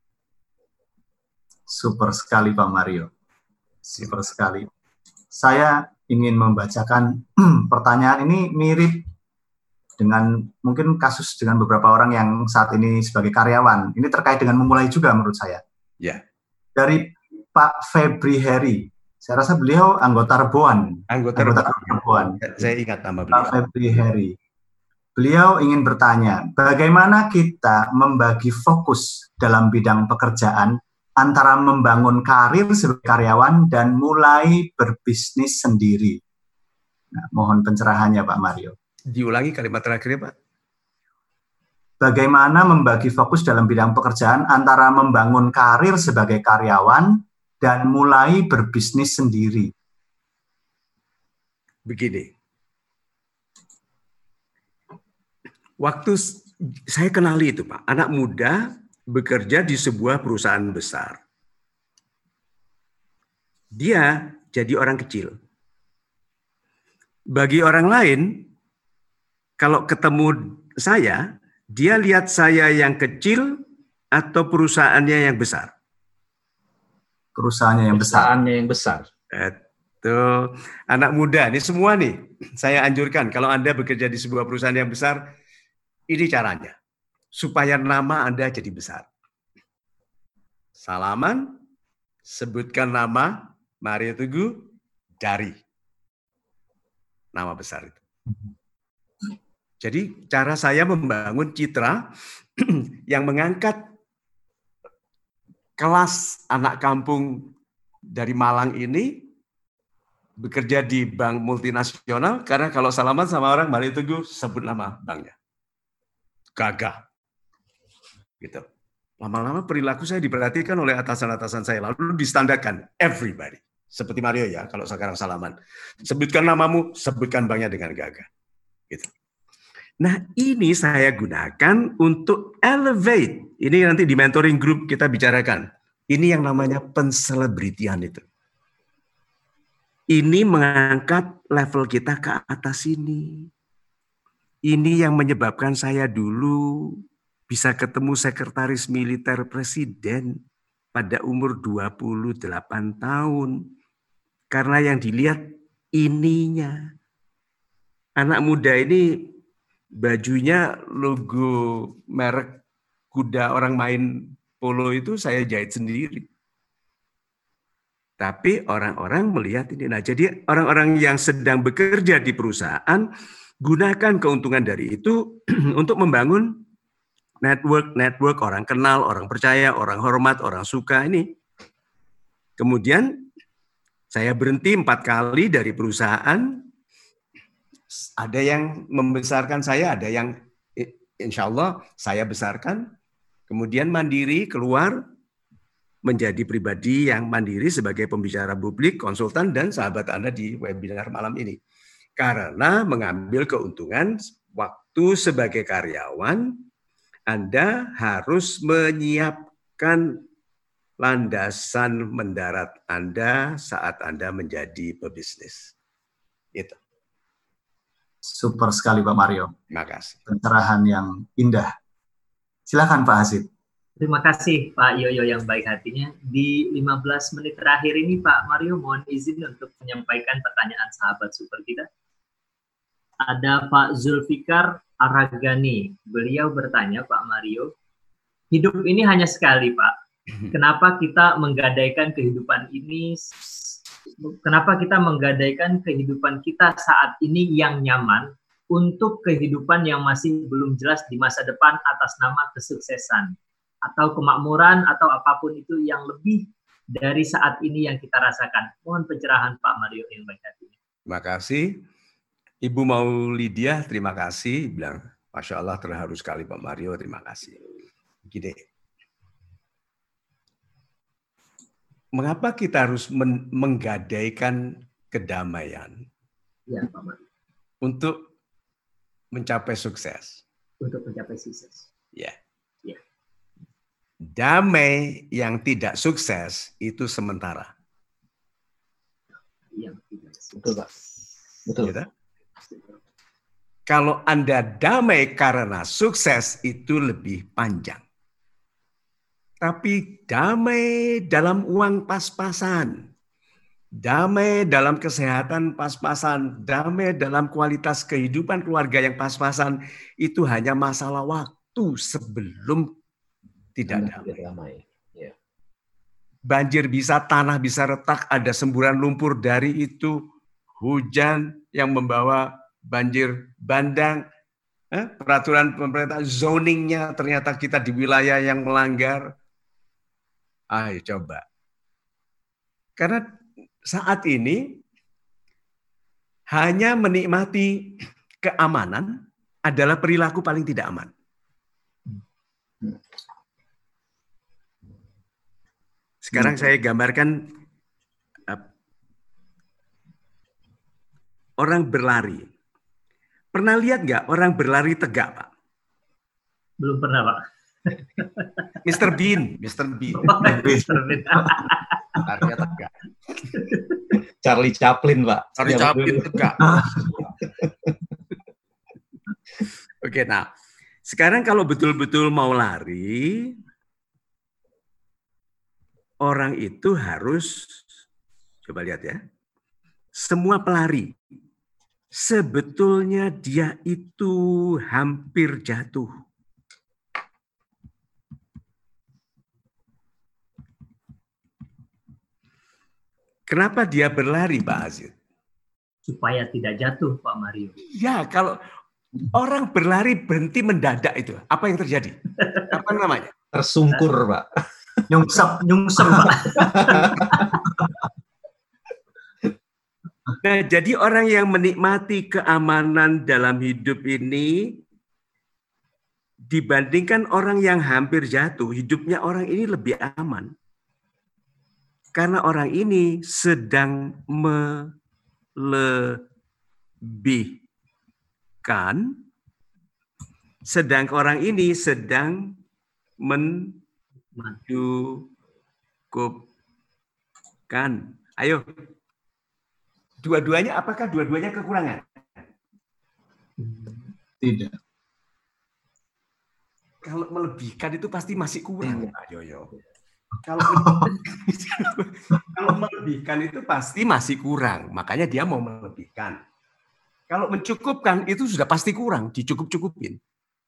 Super sekali Pak Mario. Super sekali. Saya ingin membacakan pertanyaan ini mirip dengan mungkin kasus dengan beberapa orang yang saat ini sebagai karyawan. Ini terkait dengan memulai juga menurut saya. Ya. Dari Pak Febri Heri. Saya rasa beliau anggota Reboan. Anggota Reboan. Saya ingat nama beliau. Pak Febri Heri. Beliau ingin bertanya, bagaimana kita membagi fokus dalam bidang pekerjaan antara membangun karir sebagai karyawan dan mulai berbisnis sendiri. Nah, mohon pencerahannya Pak Mario. Diulangi kalimat terakhirnya Pak. bagaimana membagi fokus dalam bidang pekerjaan antara membangun karir sebagai karyawan dan mulai berbisnis sendiri. Begini, waktu saya kenali itu Pak, anak muda bekerja di sebuah perusahaan besar. Dia jadi orang kecil. Bagi orang lain, kalau ketemu saya, dia lihat saya yang kecil atau perusahaannya yang besar? Perusahaannya yang besar. Perusahaannya yang besar. Tuh, anak muda, ini semua nih, saya anjurkan kalau Anda bekerja di sebuah perusahaan yang besar, ini caranya, supaya nama Anda jadi besar. Salaman, sebutkan nama Mario Teguh dari nama besar itu. Jadi cara saya membangun citra yang mengangkat kelas anak kampung dari Malang ini bekerja di bank multinasional, karena kalau salaman sama orang Mario Teguh sebut nama banknya. Gagah. Gitu. Lama-lama perilaku saya diperhatikan oleh atasan-atasan saya, lalu distandarkan everybody. Seperti Mario ya, kalau sekarang salaman. Sebutkan namamu, sebutkan banknya dengan gagah. Gitu. Nah, ini saya gunakan untuk elevate. Ini nanti di mentoring group kita bicarakan. Ini yang namanya penselebritian itu. Ini mengangkat level kita ke atas ini. Ini yang menyebabkan saya dulu bisa ketemu sekretaris militer presiden pada umur 28 tahun. Karena yang dilihat ininya. Anak muda ini bajunya logo merek kuda orang main polo itu saya jahit sendiri. Tapi orang-orang melihat ini. Nah, jadi orang-orang yang sedang bekerja di perusahaan, gunakan keuntungan dari itu untuk membangun network, orang kenal, orang percaya, orang hormat, orang suka ini. Kemudian saya berhenti 4 kali dari perusahaan. Ada yang membesarkan saya, ada yang insya Allah saya besarkan. Kemudian mandiri keluar menjadi pribadi yang mandiri sebagai pembicara publik, konsultan, dan sahabat Anda di webinar malam ini. Karena mengambil keuntungan waktu sebagai karyawan, Anda harus menyiapkan landasan mendarat Anda saat Anda menjadi pebisnis. Itu. Super sekali Pak Mario. Terima kasih. Pencerahan yang indah. Silakan Pak Hasid. Terima kasih Pak Yoyo yang baik hatinya. Di 15 menit terakhir ini Pak Mario mohon izin untuk menyampaikan pertanyaan sahabat super kita. Ada Pak Zulfikar Aragani. Beliau bertanya, Pak Mario, hidup ini hanya sekali Pak. Kenapa kita menggadaikan kehidupan ini? Kenapa kita menggadaikan kehidupan kita saat ini yang nyaman untuk kehidupan yang masih belum jelas di masa depan atas nama kesuksesan? Atau kemakmuran, atau apapun itu yang lebih dari saat ini yang kita rasakan. Mohon pencerahan Pak Mario yang baik hati. Terima kasih. Ibu Maulidia, terima kasih. Bilang, Masya Allah terharu sekali Pak Mario, terima kasih. Gini, mengapa kita harus menggadaikan kedamaian? Ya, Pak Mario. Untuk mencapai sukses. Untuk mencapai sukses. Ya. Damai yang tidak sukses itu sementara. Yang tidak sukses. Betul, Pak. Betul. Gitu? Kalau Anda damai karena sukses itu lebih panjang. Tapi damai dalam uang pas-pasan, damai dalam kesehatan pas-pasan, damai dalam kualitas kehidupan keluarga yang pas-pasan, itu hanya masalah waktu sebelum tidak damai. Ya. Banjir bisa, tanah bisa retak, ada semburan lumpur dari itu, hujan yang membawa banjir bandang, peraturan pemerintah, zoningnya ternyata kita di wilayah yang melanggar. Ayo coba. Karena saat ini hanya menikmati keamanan adalah perilaku paling tidak aman. Sekarang saya gambarkan orang berlari. Pernah lihat nggak orang berlari tegak, Pak? Belum pernah, Pak. Mr. Bean. Mr. Bean. Larinya tegak. Charlie Chaplin, Pak. Charlie Chaplin tegak. Oke, nah sekarang kalau betul-betul mau lari, orang itu harus, coba lihat ya, semua pelari sebetulnya dia itu hampir jatuh. Kenapa dia berlari, Pak Aziz? Supaya tidak jatuh, Pak Mario. Ya, kalau orang berlari berhenti mendadak itu, apa yang terjadi? Apa namanya? Tersungkur, Pak. Nyungsep, Pak. Nah, jadi orang yang menikmati keamanan dalam hidup ini dibandingkan orang yang hampir jatuh, hidupnya orang ini lebih aman. Karena orang ini sedang melebihkan, sedang orang ini sedang mencukupkan. Ayo, dua-duanya, apakah dua-duanya kekurangan? Tidak. Kalau melebihkan itu pasti masih kurang, Pak Yoyo. Kalau melebihkan itu pasti masih kurang, makanya dia mau melebihkan. Kalau mencukupkan itu sudah pasti kurang, dicukup-cukupin.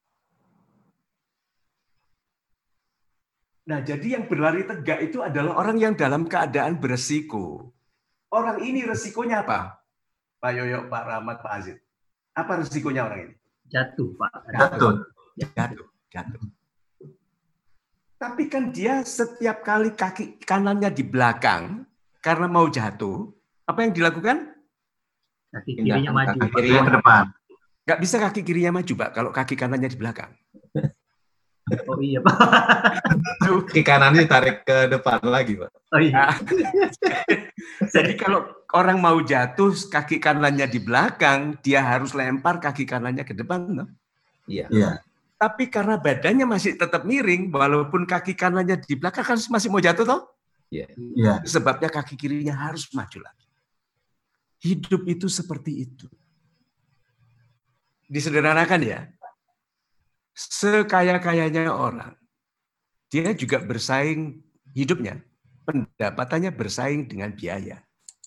Nah, jadi yang berlari tegak itu adalah orang yang dalam keadaan beresiko. Orang ini resikonya apa? Pak Yoyo, Pak Rahmat, Pak Aziz. Apa resikonya orang ini? Jatuh, Pak. Jatuh. Tapi kan dia setiap kali kaki kanannya di belakang karena mau jatuh, apa yang dilakukan? Kaki kirinya maju. Kaki kirinya ke depan. Nggak bisa kaki kirinya maju, Pak, kalau kaki kanannya di belakang. Oh iya, Pak. Kaki kanannya tarik ke depan lagi, Pak. Oh iya. Jadi kalau orang mau jatuh, kaki kanannya di belakang, dia harus lempar kaki kanannya ke depan. No? Iya. Tapi karena badannya masih tetap miring, walaupun kaki kanannya di belakang kan masih mau jatuh, toh? Iya. Sebabnya kaki kirinya harus maju lagi. Hidup itu seperti itu. Disederhanakan ya. Sekaya-kayanya orang, dia juga bersaing hidupnya, pendapatannya bersaing dengan biaya.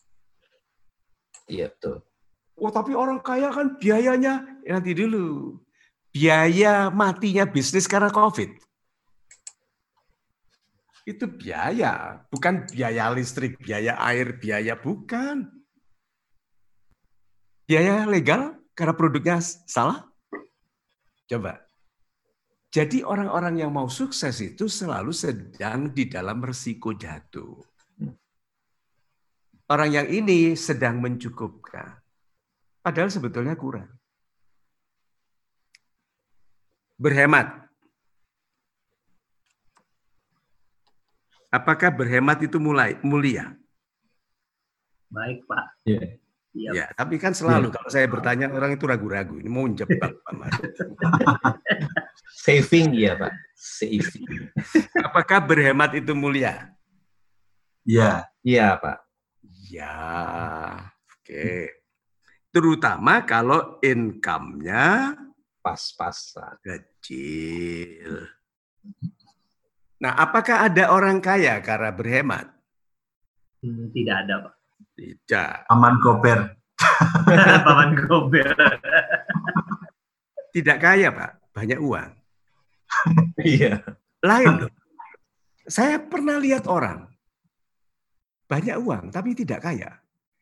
Iya, betul. Oh, tapi orang kaya kan biayanya, nanti dulu. Biaya matinya bisnis karena COVID. Itu biaya, bukan biaya listrik, biaya air, biaya bukan. Biaya legal karena produknya salah. Coba. Jadi orang-orang yang mau sukses itu selalu sedang di dalam risiko jatuh. Orang yang ini sedang mencukupkan. Padahal sebetulnya kurang. Berhemat. Apakah berhemat itu mulia? Baik, Pak. Iya. Ya, tapi kan selalu kalau saya bertanya orang itu ragu-ragu. Ini mau jebak, Pak Mas. Saving, ya Pak. Saving. Apakah berhemat itu mulia? Iya. Iya, Pak. Ya, oke. Terutama kalau income-nya Pas-pasan. kecil. Nah, apakah ada orang kaya karena berhemat? Tidak ada, Pak. Tidak. Paman Gober. Paman Gober. Tidak kaya, Pak. Banyak uang. Iya. Lain loh. Saya pernah lihat orang. Banyak uang, tapi tidak kaya.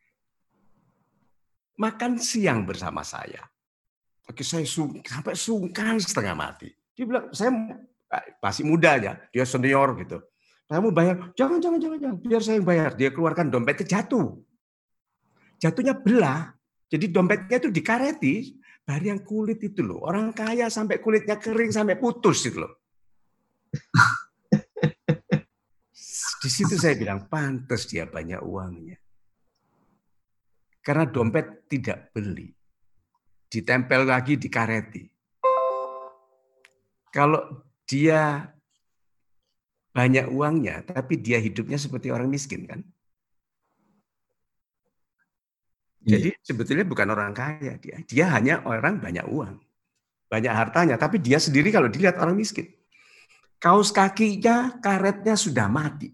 Makan siang bersama saya. Oke, saya sampai sungkan setengah mati. Dia bilang, saya masih muda ya, dia senior gitu. Saya mau bayar, jangan, biar saya yang bayar. Dia keluarkan dompetnya jatuh. Jatuhnya belah. Jadi dompetnya itu dikareti. Baru yang kulit itu loh. Orang kaya sampai kulitnya kering, sampai putus itu loh. Di situ saya bilang, pantas dia banyak uangnya. Karena dompet tidak beli. Ditempel lagi, dikareti. Kalau dia banyak uangnya, tapi dia hidupnya seperti orang miskin kan? Jadi sebetulnya bukan orang kaya dia. Dia hanya orang banyak uang. Banyak hartanya, tapi dia sendiri kalau dilihat orang miskin. Kaos kakinya, karetnya sudah mati.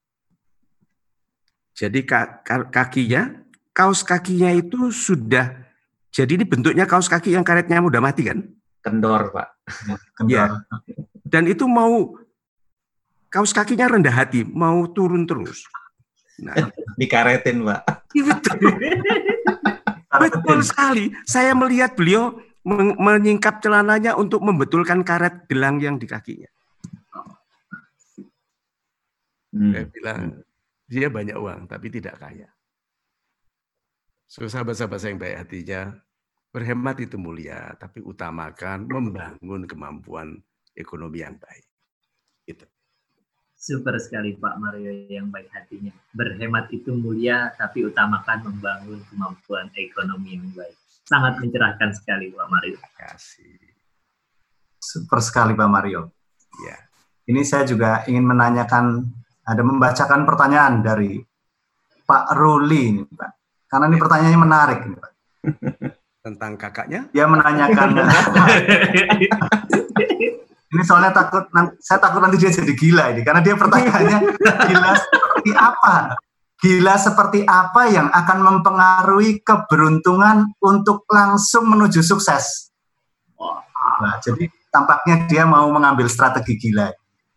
Jadi kaos kakinya itu sudah, jadi ini bentuknya kaos kaki yang karetnya udah mati kan? Kendor, Pak. Kendor. Ya. Dan itu mau, kaos kakinya rendah hati, mau turun terus. Nah, dikaretin, Pak. Betul. Betul sekali. Saya melihat beliau menyingkap celananya untuk membetulkan karet gelang yang di kakinya. Saya bilang, dia banyak uang, tapi tidak kaya. So, sahabat-sahabat saya yang baik hatinya, berhemat itu mulia, tapi utamakan membangun kemampuan ekonomi yang baik. Gitu. Super sekali Pak Mario yang baik hatinya. Berhemat itu mulia, tapi utamakan membangun kemampuan ekonomi yang baik. Sangat mencerahkan sekali Pak Mario. Terima kasih. Super sekali Pak Mario. Ya. Ini saya juga ingin menanyakan, membacakan pertanyaan dari Pak Ruli ini, Pak. Karena ini pertanyaannya menarik, ini, Pak. Tentang kakaknya? Dia menanyakan. Ini soalnya saya takut nanti dia jadi gila ini, karena dia pertanyaannya gila seperti apa? Gila seperti apa yang akan mempengaruhi keberuntungan untuk langsung menuju sukses? Nah, jadi tampaknya dia mau mengambil strategi gila.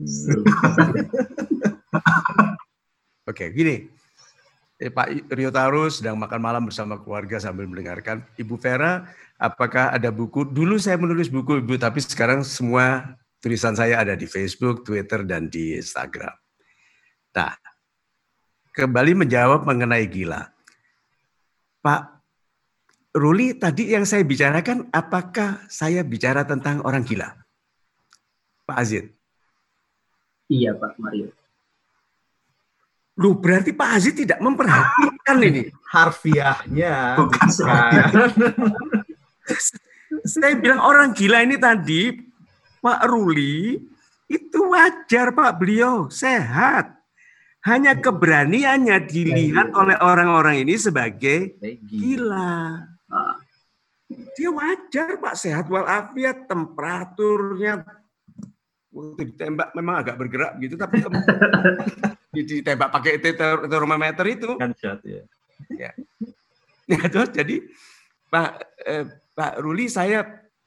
Oke, gini. Pak Ryotaro sedang makan malam bersama keluarga sambil mendengarkan. Ibu Vera, apakah ada buku? Dulu saya menulis buku, Ibu, tapi sekarang semua tulisan saya ada di Facebook, Twitter, dan di Instagram. Nah, kembali menjawab mengenai gila. Pak Ruli, tadi yang saya bicarakan, apakah saya bicara tentang orang gila? Pak Azid? Iya, Pak Mario. Loh, berarti Pak Azid tidak memperhatikan ini. Harfiahnya. Bukan. Saya bilang orang gila ini tadi, Pak Ruli, itu wajar Pak, beliau sehat. Hanya keberaniannya dilihat oleh orang-orang ini sebagai gila. Dia wajar Pak, sehat walafiat, temperaturnya ditembak memang agak bergerak gitu, tapi ditembak pakai termometer itu. Gunshot, ya. Ya. Terus jadi Pak Ruli, saya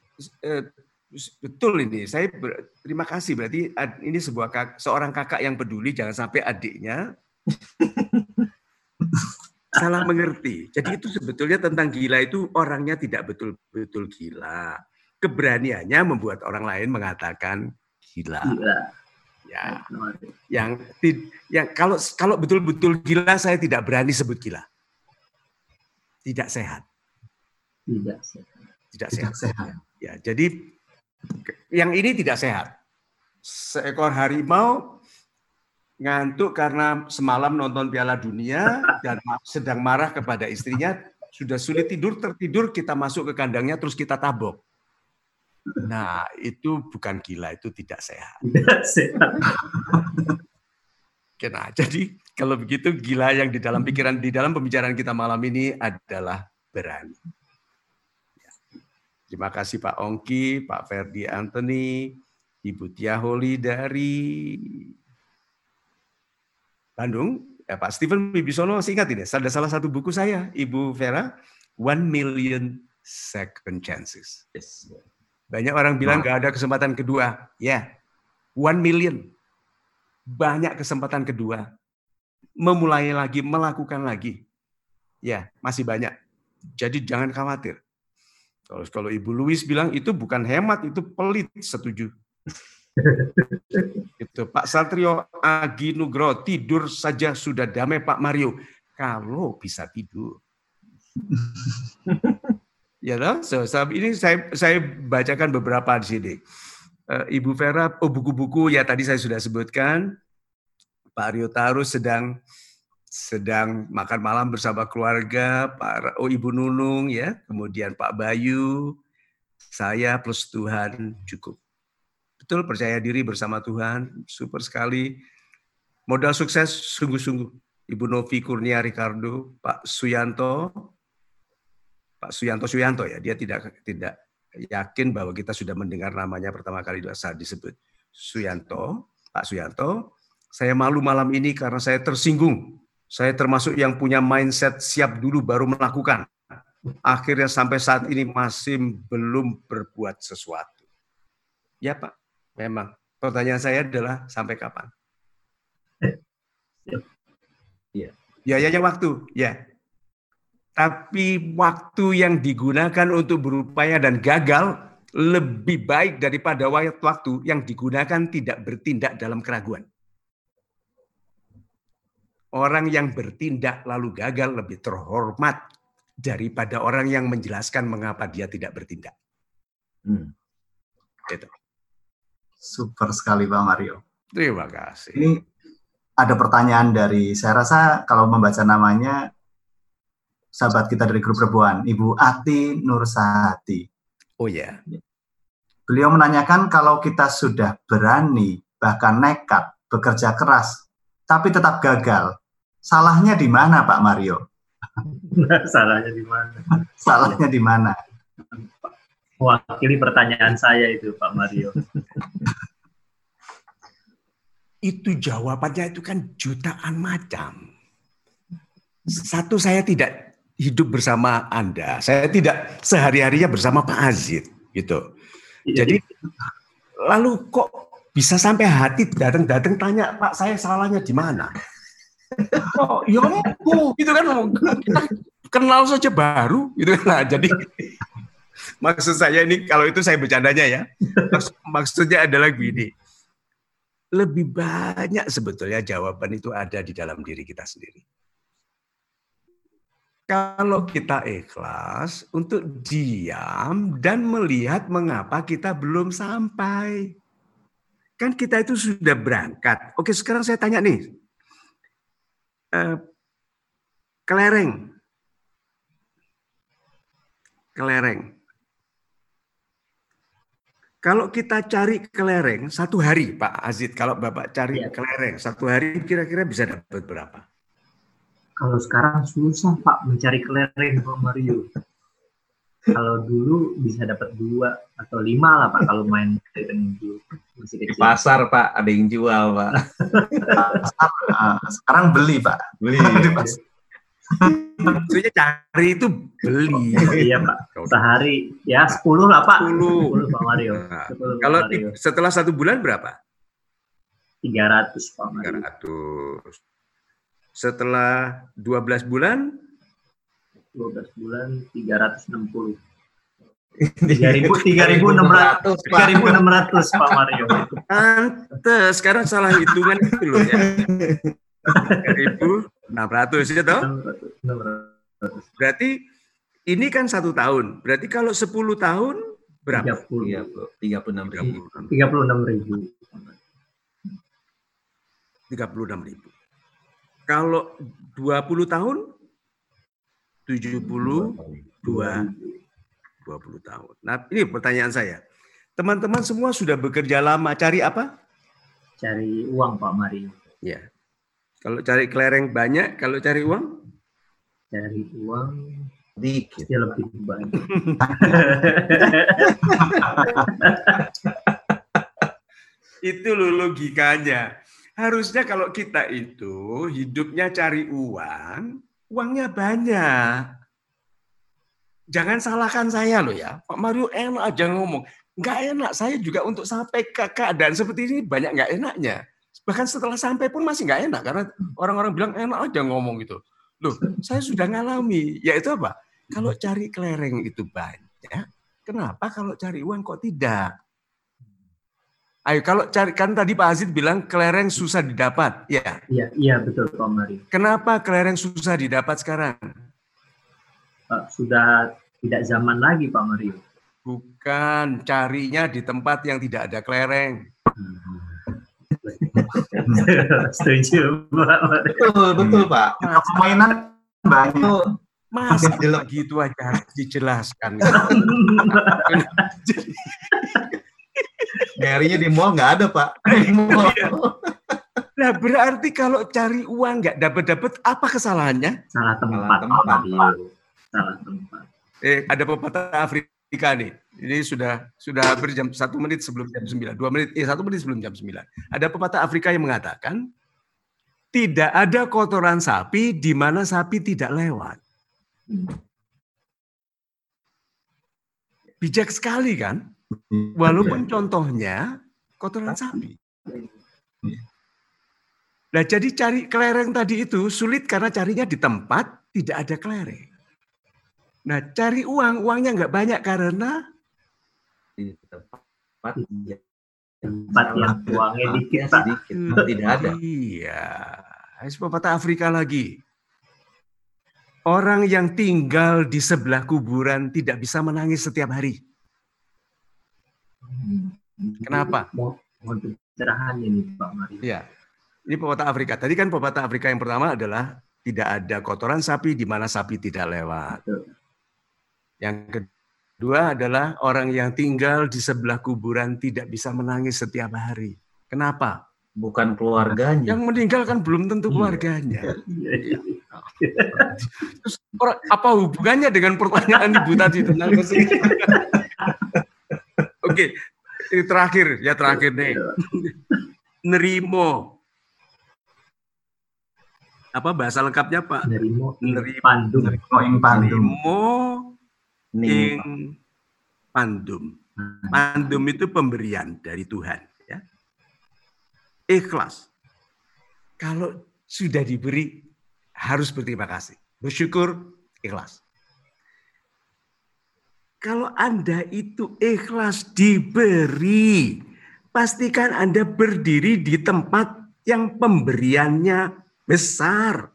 betul ini. Saya terima kasih, berarti ini seorang kakak yang peduli, jangan sampai adiknya salah mengerti. Jadi itu sebetulnya tentang gila itu orangnya tidak betul-betul gila. Keberaniannya membuat orang lain mengatakan gila. Ya. Yang kalau betul-betul gila saya tidak berani sebut gila. Tidak sehat. Tidak sehat. Ya, jadi yang ini tidak sehat. Seekor harimau ngantuk karena semalam nonton Piala Dunia dan sedang marah kepada istrinya, sudah sulit tertidur, kita masuk ke kandangnya terus kita tabok. Nah, itu bukan gila, itu tidak sehat. Tidak sehat. Nah, jadi kalau begitu gila yang di dalam pikiran, di dalam pembicaraan kita malam ini adalah berani. Terima kasih Pak Ongki, Pak Ferdi Anthony, Ibu Tia Holi dari Bandung, Pak Stephen Wibisono, masih ingat ini, ada salah satu buku saya, Ibu Vera, 1 Million Second Chances. Yes. Banyak orang bilang nggak ada kesempatan kedua. Ya, 1 million. Banyak kesempatan kedua. Memulai lagi, melakukan lagi. Ya, masih banyak. Jadi jangan khawatir. Kalau Ibu Louis bilang itu bukan hemat, itu pelit, setuju. Itu Pak Satrio Agi Nugro, tidur saja sudah damai Pak Mario. Kalau bisa tidur. Ya, so, ini saya bacakan beberapa di sini. Ibu Vera, buku-buku ya tadi saya sudah sebutkan. Pak Aryo Tarus sedang makan malam bersama keluarga, Ibu Nunung ya, kemudian Pak Bayu, saya plus Tuhan cukup. Betul, percaya diri bersama Tuhan, super sekali. Modal sukses sungguh-sungguh. Ibu Novi Kurnia Ricardo, Pak Suyanto ya, dia tidak yakin bahwa kita sudah mendengar namanya pertama kali saat disebut Pak Suyanto. Saya malu malam ini karena saya tersinggung. Saya termasuk yang punya mindset siap dulu baru melakukan. Akhirnya sampai saat ini masih belum berbuat sesuatu. Ya Pak, memang. Pertanyaan saya adalah sampai kapan? Ya. Biayanya waktu, ya. Tapi waktu yang digunakan untuk berupaya dan gagal lebih baik daripada waktu yang digunakan tidak bertindak dalam keraguan. Orang yang bertindak lalu gagal lebih terhormat daripada orang yang menjelaskan mengapa dia tidak bertindak. Itu. Super sekali Pak Mario. Terima kasih. Ini ada pertanyaan dari, saya rasa kalau membaca namanya, sahabat kita dari grup Rebuan, Ibu Ati Nursahati. Oh ya. Beliau menanyakan kalau kita sudah berani, bahkan nekat, bekerja keras, tapi tetap gagal, salahnya di mana Pak Mario? Salahnya di mana? Salahnya di mana? Mewakili pertanyaan saya itu Pak Mario. Itu jawabannya itu kan jutaan macam. Satu, saya tidak hidup bersama Anda. Saya tidak sehari-harinya bersama Pak Azid gitu. Jadi lalu kok bisa sampai hati datang tanya, Pak, saya salahnya di mana? Oh, ya gitu kan, kita kenal saja baru gitu kan. Nah, jadi maksud saya ini, kalau itu saya bercandanya ya. Maksudnya adalah begini. Lebih banyak sebetulnya jawaban itu ada di dalam diri kita sendiri. Kalau kita ikhlas untuk diam dan melihat mengapa kita belum sampai. Kan kita itu sudah berangkat. Oke, sekarang saya tanya nih. Kelereng. Kalau kita cari kelereng satu hari, Pak Azid, kalau Bapak cari kelereng satu hari kira-kira bisa dapat berapa? Kalau sekarang susah Pak mencari kelereng Pak Mario. Kalau dulu bisa dapat 2 atau 5 lah Pak kalau main kelereng dulu. Masih kecil. Di pasar Pak ada yang jual Pak. Sekarang beli Pak. Beli. Maksudnya cari itu beli. Iya Pak. Sehari ya 10 lah Pak. 10 Pak Mario. Nah, kalau Mario. Setelah 1 bulan berapa? 300 Pak Mario. 300. Setelah 12 bulan? 12 bulan 360. 3.600 Pak Mario. Pantes, sekarang salah hitungan itu loh ya. 3.600 ya toh? 600. Berarti ini kan 1 tahun. Berarti kalau 10 tahun berapa? 36.000. 36.000. 36.000. Kalau 20 tahun 72 tahun. Nah, ini pertanyaan saya. Teman-teman semua sudah bekerja lama, cari apa? Cari uang Pak Mario. Ya. Kalau cari kelereng banyak, kalau cari uang? Cari uang dikit. Ya lebih banyak. Itu loh logikanya. Harusnya kalau kita itu hidupnya cari uang, uangnya banyak. Jangan salahkan saya loh ya. Pak Mario enak aja ngomong. Nggak enak, saya juga untuk sampai ke keadaan seperti ini banyak nggak enaknya. Bahkan setelah sampai pun masih nggak enak. Karena orang-orang bilang enak aja ngomong gitu. Loh, saya sudah ngalami. Yaitu apa? Kalau cari kelereng itu banyak, kenapa kalau cari uang kok tidak? Ayo, kalau cari, kan tadi Pak Azid bilang kelereng susah didapat, ya? Iya betul Pak Mario. Kenapa kelereng susah didapat sekarang? Sudah tidak zaman lagi Pak Mario. Bukan, carinya di tempat yang tidak ada kelereng. Setuju, Pak. Betul Pak. Permainan banyak. Masa gitu aja harus dijelaskan. Nyarinya di mall nggak ada Pak. Nah, berarti kalau cari uang nggak dapat, apa kesalahannya? Salah tempat. Salah tempat. Ada pepatah Afrika nih. Ini sudah hampir 1 menit sebelum jam 9. 1 menit sebelum jam 9. Ada pepatah Afrika yang mengatakan, tidak ada kotoran sapi di mana sapi tidak lewat. Bijak sekali kan? Walaupun contohnya kotoran sapi. Nah, jadi cari kelereng tadi itu sulit karena carinya di tempat tidak ada kelereng. Nah, cari uangnya nggak banyak karena di tempat yang uangnya dikit, tidak ada. Iya, pepatah Afrika lagi. Orang yang tinggal di sebelah kuburan tidak bisa menangis setiap hari. Kenapa? Mohon pencerahan ini, Pak Mario. Ya, ini pepatah Afrika. Tadi kan pepatah Afrika yang pertama adalah tidak ada kotoran sapi di mana sapi tidak lewat. Yang kedua adalah orang yang tinggal di sebelah kuburan tidak bisa menangis setiap hari. Kenapa? Bukan keluarganya. Yang meninggal kan belum tentu keluarganya. Terus apa hubungannya dengan pertanyaan Ibu tadi tentang kesehatan? Oke, ini terakhir nih. Nerimo. Apa bahasa lengkapnya Pak? Nerimo Pandum. Nerimo ing pandum. Pandum itu pemberian dari Tuhan. Ya. Ikhlas. Kalau sudah diberi, harus berterima kasih. Bersyukur, ikhlas. Kalau Anda itu ikhlas diberi, pastikan Anda berdiri di tempat yang pemberiannya besar.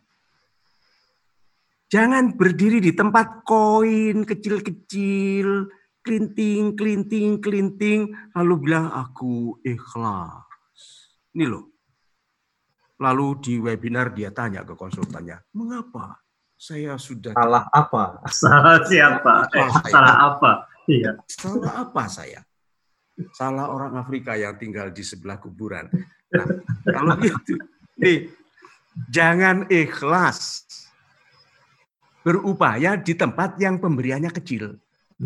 Jangan berdiri di tempat koin kecil-kecil, klinting, lalu bilang aku ikhlas. Ini loh. Lalu di webinar dia tanya ke konsultannya, mengapa saya sudah... Salah apa? Salah siapa? Salah apa? Iya. Salah apa saya? Salah orang Afrika yang tinggal di sebelah kuburan. Nah, kalau gitu, nih, jangan ikhlas berupaya di tempat yang pemberiannya kecil.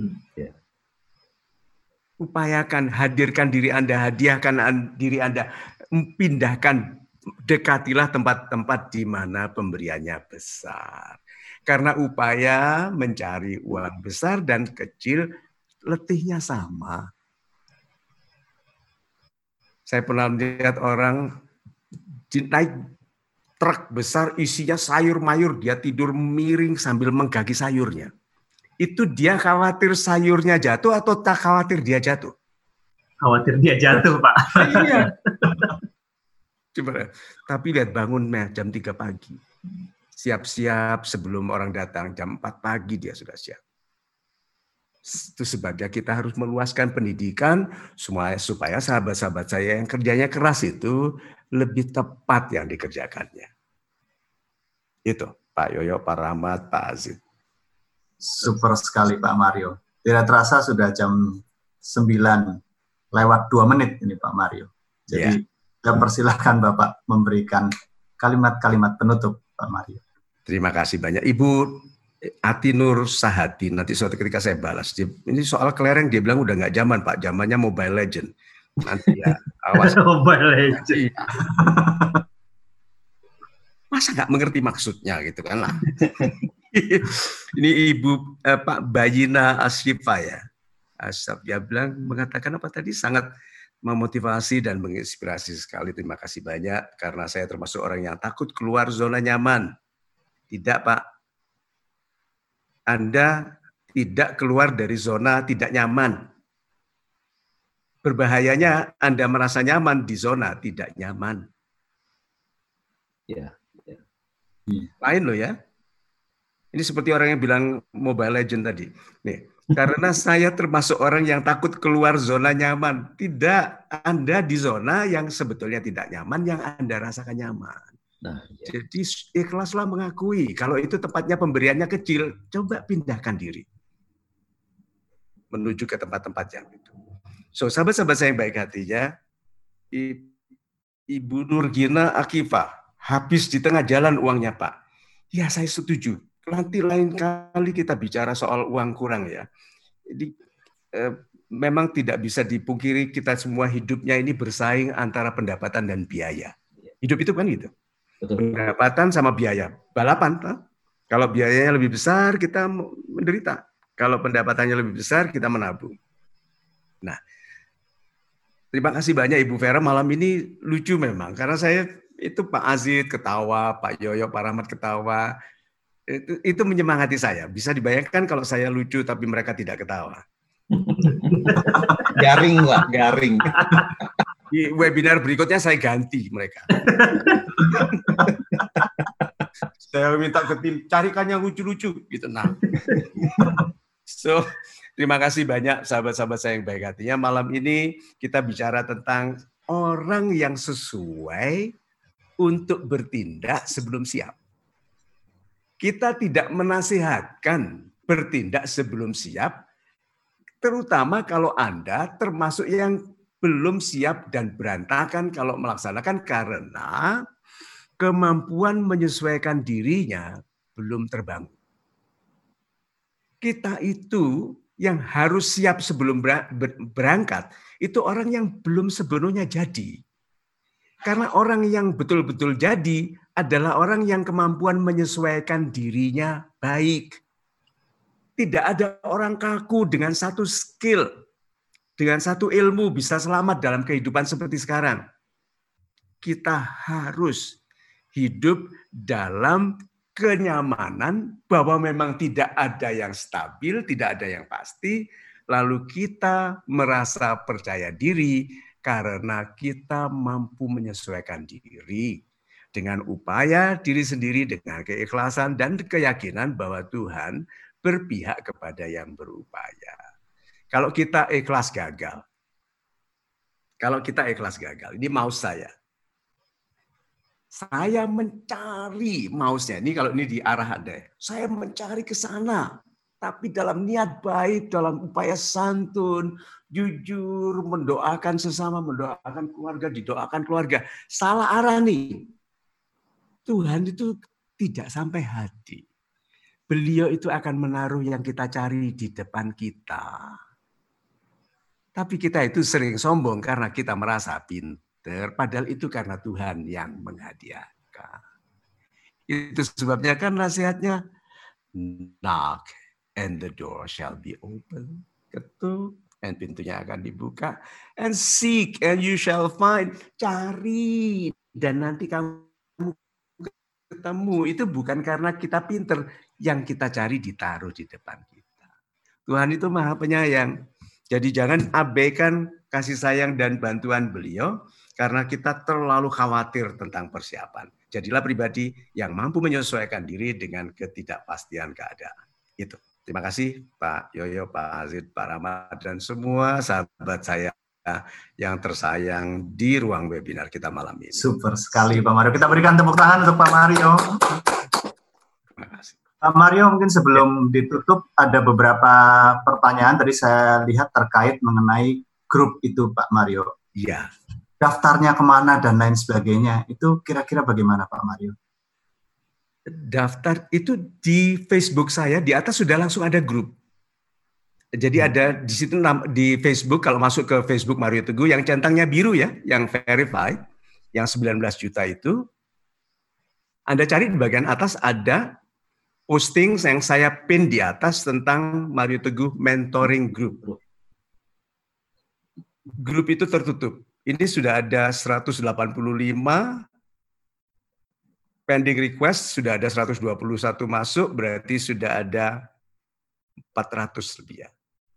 Upayakan, hadirkan diri Anda, hadiahkan diri Anda, pindahkan, dekatilah tempat-tempat di mana pemberiannya besar. Karena upaya mencari uang besar dan kecil, letihnya sama. Saya pernah melihat orang naik truk besar isinya sayur mayur, dia tidur miring sambil menggaki sayurnya. Itu dia khawatir sayurnya jatuh atau tak khawatir dia jatuh? Khawatir dia jatuh, Pak. Iya. Coba, tapi lihat bangun jam 3 pagi. Siap-siap sebelum orang datang, jam 4 pagi dia sudah siap. Itu sebabnya kita harus meluaskan pendidikan supaya sahabat-sahabat saya yang kerjanya keras itu lebih tepat yang dikerjakannya. Itu Pak Yoyo, Pak Rahmat, Pak Aziz. Super sekali Pak Mario. Tidak terasa sudah jam 9 lewat 2 menit ini Pak Mario. Jadi saya persilahkan Bapak memberikan kalimat-kalimat penutup Pak Mario. Terima kasih banyak. Ibu Ati Nur Sahati, nanti suatu ketika saya balas. Ini soal kelereng dia bilang udah nggak zaman Pak, zamannya Mobile Legend. Nanti ya awas. Mobile Legend. Masa nggak mengerti maksudnya gitu kan lah. Ini Ibu Pak Bayina Asrifa ya. Asaf dia bilang mengatakan apa tadi, sangat memotivasi dan menginspirasi sekali. Terima kasih banyak karena saya termasuk orang yang takut keluar zona nyaman. Tidak Pak. Anda tidak keluar dari zona tidak nyaman. Berbahayanya Anda merasa nyaman di zona tidak nyaman. Ya. Lain loh ya. Ini seperti orang yang bilang Mobile Legend tadi. Nih, Karena saya termasuk orang yang takut keluar zona nyaman. Tidak, Anda di zona yang sebetulnya tidak nyaman, yang Anda rasakan nyaman. Nah, Jadi ikhlaslah mengakui. Kalau itu tempatnya pemberiannya kecil, coba pindahkan diri menuju ke tempat-tempat yang itu. So, sahabat-sahabat saya yang baik hatinya, Ibu Nurgina Akifah, habis di tengah jalan uangnya Pak. Ya, saya setuju. Nanti lain kali kita bicara soal uang kurang ya. Jadi memang tidak bisa dipungkiri kita semua hidupnya ini bersaing antara pendapatan dan biaya. Hidup itu kan gitu. betul. Pendapatan sama biaya. Balapan. Kalau biayanya lebih besar, kita menderita. Kalau pendapatannya lebih besar, kita menabung. Nah, terima kasih banyak Ibu Vera. Malam ini lucu memang. Karena saya itu Pak Azid ketawa, Pak Yoyo, Pak Rahmat ketawa. Itu menyemangati saya. Bisa dibayangkan kalau saya lucu tapi mereka tidak ketawa. Garing lah, garing. Di webinar berikutnya saya ganti mereka. Saya minta ke tim, carikan yang lucu-lucu. Gitu. Nah. So, terima kasih banyak sahabat-sahabat saya yang baik hatinya. Malam ini kita bicara tentang orang yang sesuai untuk bertindak sebelum siap. Kita tidak menasihatkan bertindak sebelum siap, terutama kalau Anda termasuk yang belum siap dan berantakan kalau melaksanakan karena kemampuan menyesuaikan dirinya belum terbangun. Kita itu yang harus siap sebelum berangkat, itu orang yang belum sepenuhnya jadi. Karena orang yang betul-betul jadi adalah orang yang kemampuan menyesuaikan dirinya baik. Tidak ada orang kaku dengan satu skill, dengan satu ilmu bisa selamat dalam kehidupan seperti sekarang. Kita harus hidup dalam kenyamanan bahwa memang tidak ada yang stabil, tidak ada yang pasti, lalu kita merasa percaya diri karena kita mampu menyesuaikan diri dengan upaya diri sendiri, dengan keikhlasan dan keyakinan bahwa Tuhan berpihak kepada yang berupaya. Kalau kita ikhlas gagal, ini mouse saya. Saya mencari mouse-nya. Ini kalau ini di arah Anda. Saya mencari ke sana. Tapi dalam niat baik, dalam upaya santun, jujur, mendoakan sesama, mendoakan keluarga, didoakan keluarga. Salah arah nih. Tuhan itu tidak sampai hati. Beliau itu akan menaruh yang kita cari di depan kita. Tapi kita itu sering sombong karena kita merasa pintar. Padahal itu karena Tuhan yang menghadiahkan. Itu sebabnya kan nasihatnya, knock and the door shall be open. Ketuk and pintunya akan dibuka. And seek and you shall find. Cari dan nanti kamu ketemu. Itu bukan karena kita pintar. Yang kita cari ditaruh di depan kita. Tuhan itu Maha Penyayang. Jadi jangan abaikan kasih sayang dan bantuan beliau karena kita terlalu khawatir tentang persiapan. Jadilah pribadi yang mampu menyesuaikan diri dengan ketidakpastian keadaan. Itu. Terima kasih Pak Yoyo, Pak Azid, Pak Rahmat, dan semua sahabat saya yang tersayang di ruang webinar kita malam ini. Super sekali Pak Mario. Kita berikan tepuk tangan untuk Pak Mario. Terima kasih. Pak Mario, mungkin sebelum ditutup ada beberapa pertanyaan tadi saya lihat terkait mengenai grup itu Pak Mario. Iya. Daftarnya kemana dan lain sebagainya, itu kira-kira bagaimana Pak Mario? Daftar itu di Facebook saya, di atas sudah langsung ada grup. Jadi ada di situ di Facebook, kalau masuk ke Facebook Mario Teguh, yang centangnya biru ya, yang verified, yang 19 juta itu, Anda cari di bagian atas ada posting yang saya pin di atas tentang Mario Teguh Mentoring Group. Grup itu tertutup. Ini sudah ada 185, pending request sudah ada 121 masuk, berarti sudah ada 400 lebih ya.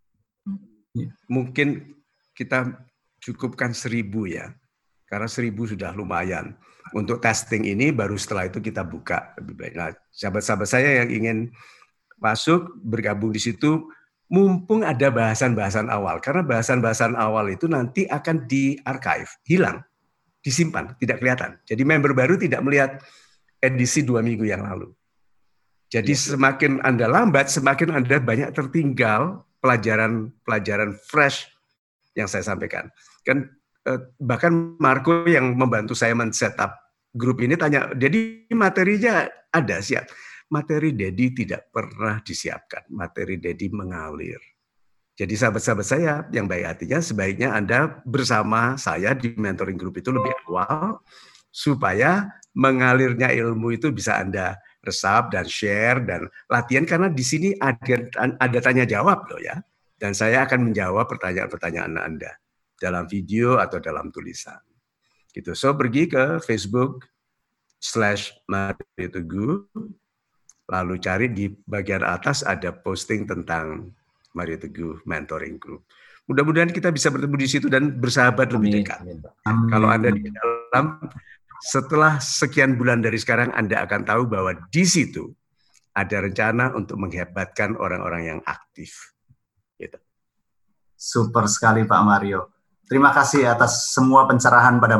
Mungkin kita cukupkan 1000 ya, karena 1000 sudah lumayan. Untuk testing ini baru setelah itu kita buka lebih baik. Nah, sahabat-sahabat saya yang ingin masuk bergabung di situ, mumpung ada bahasan-bahasan awal, karena bahasan-bahasan awal itu nanti akan di-archive, hilang, disimpan, tidak kelihatan. Jadi member baru tidak melihat edisi 2 minggu yang lalu. Jadi semakin Anda lambat, semakin Anda banyak tertinggal pelajaran fresh yang saya sampaikan. Kan bahkan Marco yang membantu saya men-setup grup ini tanya, jadi materinya ada siap. Materi Dedi tidak pernah disiapkan, materi Dedi mengalir. Jadi sahabat-sahabat saya yang baik hatinya, sebaiknya Anda bersama saya di mentoring group itu lebih awal, supaya mengalirnya ilmu itu bisa Anda resap dan share dan latihan, karena di sini ada tanya jawab loh ya. Dan saya akan menjawab pertanyaan-pertanyaan Anda dalam video atau dalam tulisan. Gitu. So pergi ke Facebook/Mario Teguh, lalu cari di bagian atas ada posting tentang Mario Teguh Mentoring Group. Mudah-mudahan kita bisa bertemu di situ dan bersahabat lebih dekat. Kalau Anda di dalam, setelah sekian bulan dari sekarang, Anda akan tahu bahwa di situ ada rencana untuk menghebatkan orang-orang yang aktif. Gitu. Super sekali Pak Mario. Terima kasih atas semua pencerahan pada